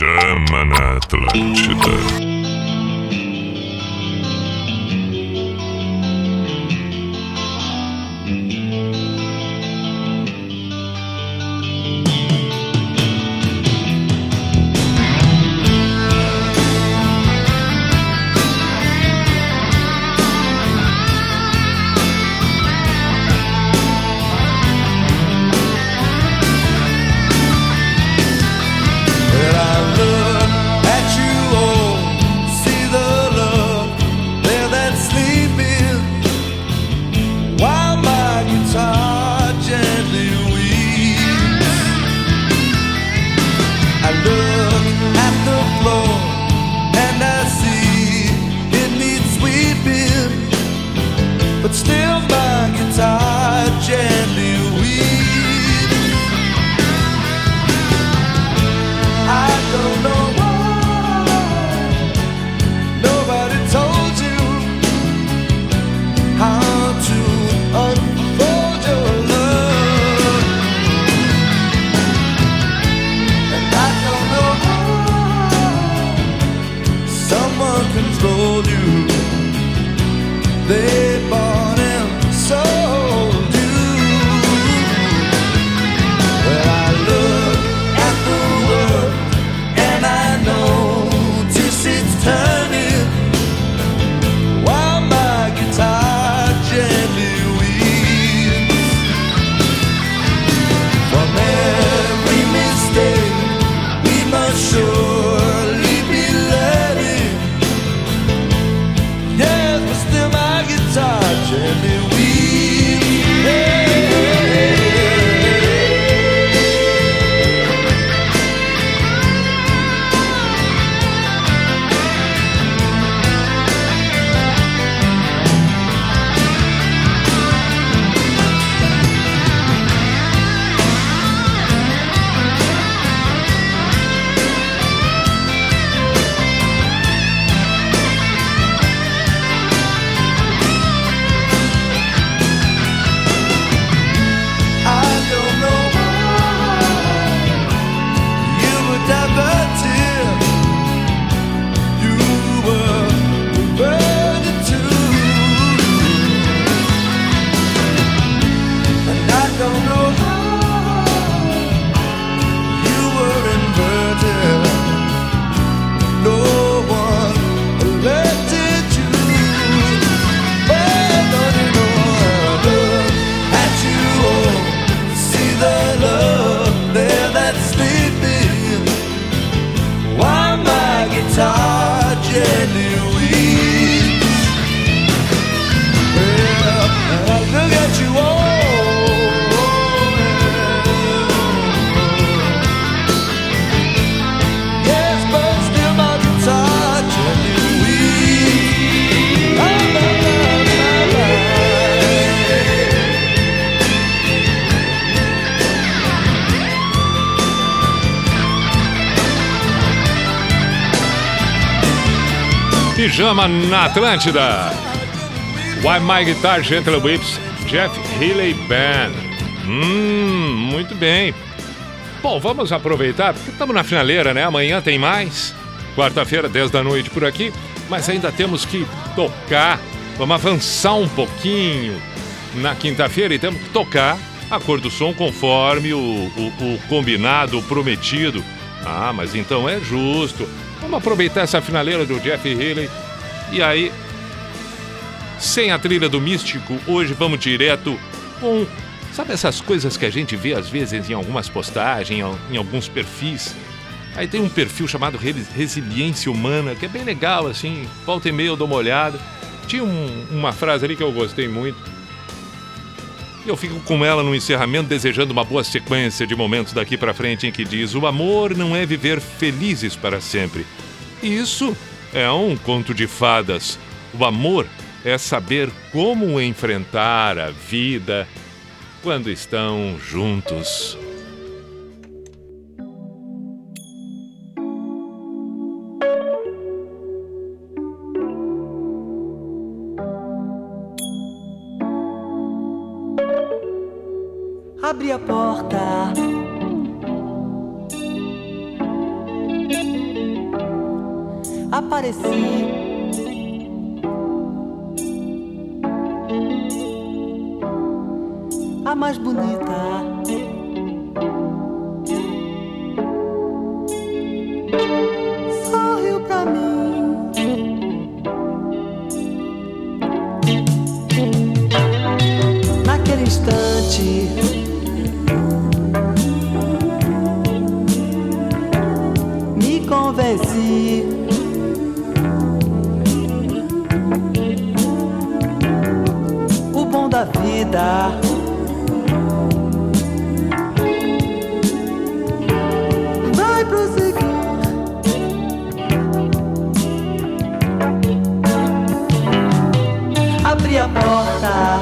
Pijama na Atlântida. Pijama na Atlântida. Why My Guitar Gently Weeps, Jeff Healey Band. Hum, muito bem. Bom, vamos aproveitar, porque estamos na finaleira, né? Amanhã tem mais. Quarta-feira, dez da noite por aqui. Mas ainda temos que tocar. Vamos avançar um pouquinho na quinta-feira e temos que tocar a cor do som conforme o, o, o combinado, o prometido. Ah, mas então é justo. Vamos aproveitar essa finaleira do Jeff Healey. E aí, sem a trilha do místico, hoje vamos direto com... Sabe essas coisas que a gente vê às vezes em algumas postagens, em alguns perfis? Aí tem um perfil chamado Resiliência Humana, que é bem legal, assim, volta e meia eu dou uma olhada. Tinha um, uma frase ali que eu gostei muito. E eu fico com ela no encerramento, desejando uma boa sequência de momentos daqui pra frente, em que diz: o amor não é viver felizes para sempre. Isso é um conto de fadas. O amor é saber como enfrentar a vida quando estão juntos. Abre a porta. apareci. A mais bonita. Sorriu pra mim. Naquele instante me convenci. O bom da vida vai prosseguir. Abri a porta,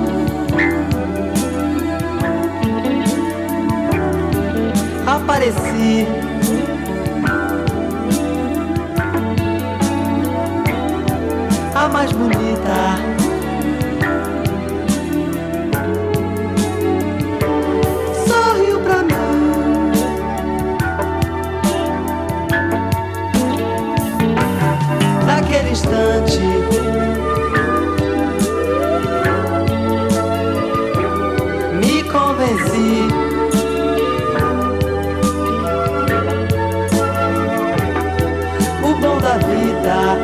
apareci. A mais bonita. Sorriu pra mim. Naquele instante me convenci. O bom da vida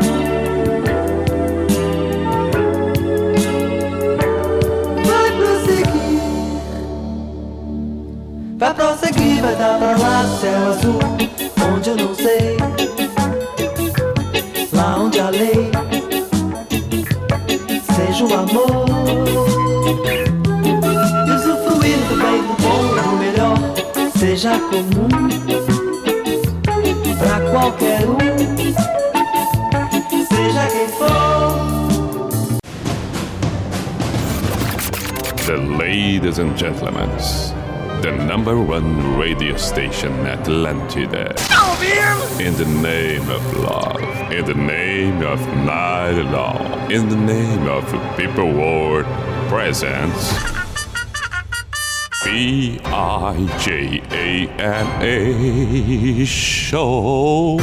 vai prosseguir. Vai prosseguir, vai dar pra lá, céu azul, onde eu não sei. Lá onde a lei seja o amor. E usufruir do bem, do bom, do melhor, seja comum pra qualquer um, seja quem for. The ladies and gentlemen, the number one radio station Atlantida. In the name of love, in the name of night long, in the name of people world presents B I J A M A show.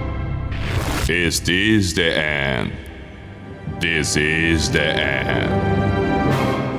Is this the end? This is the end.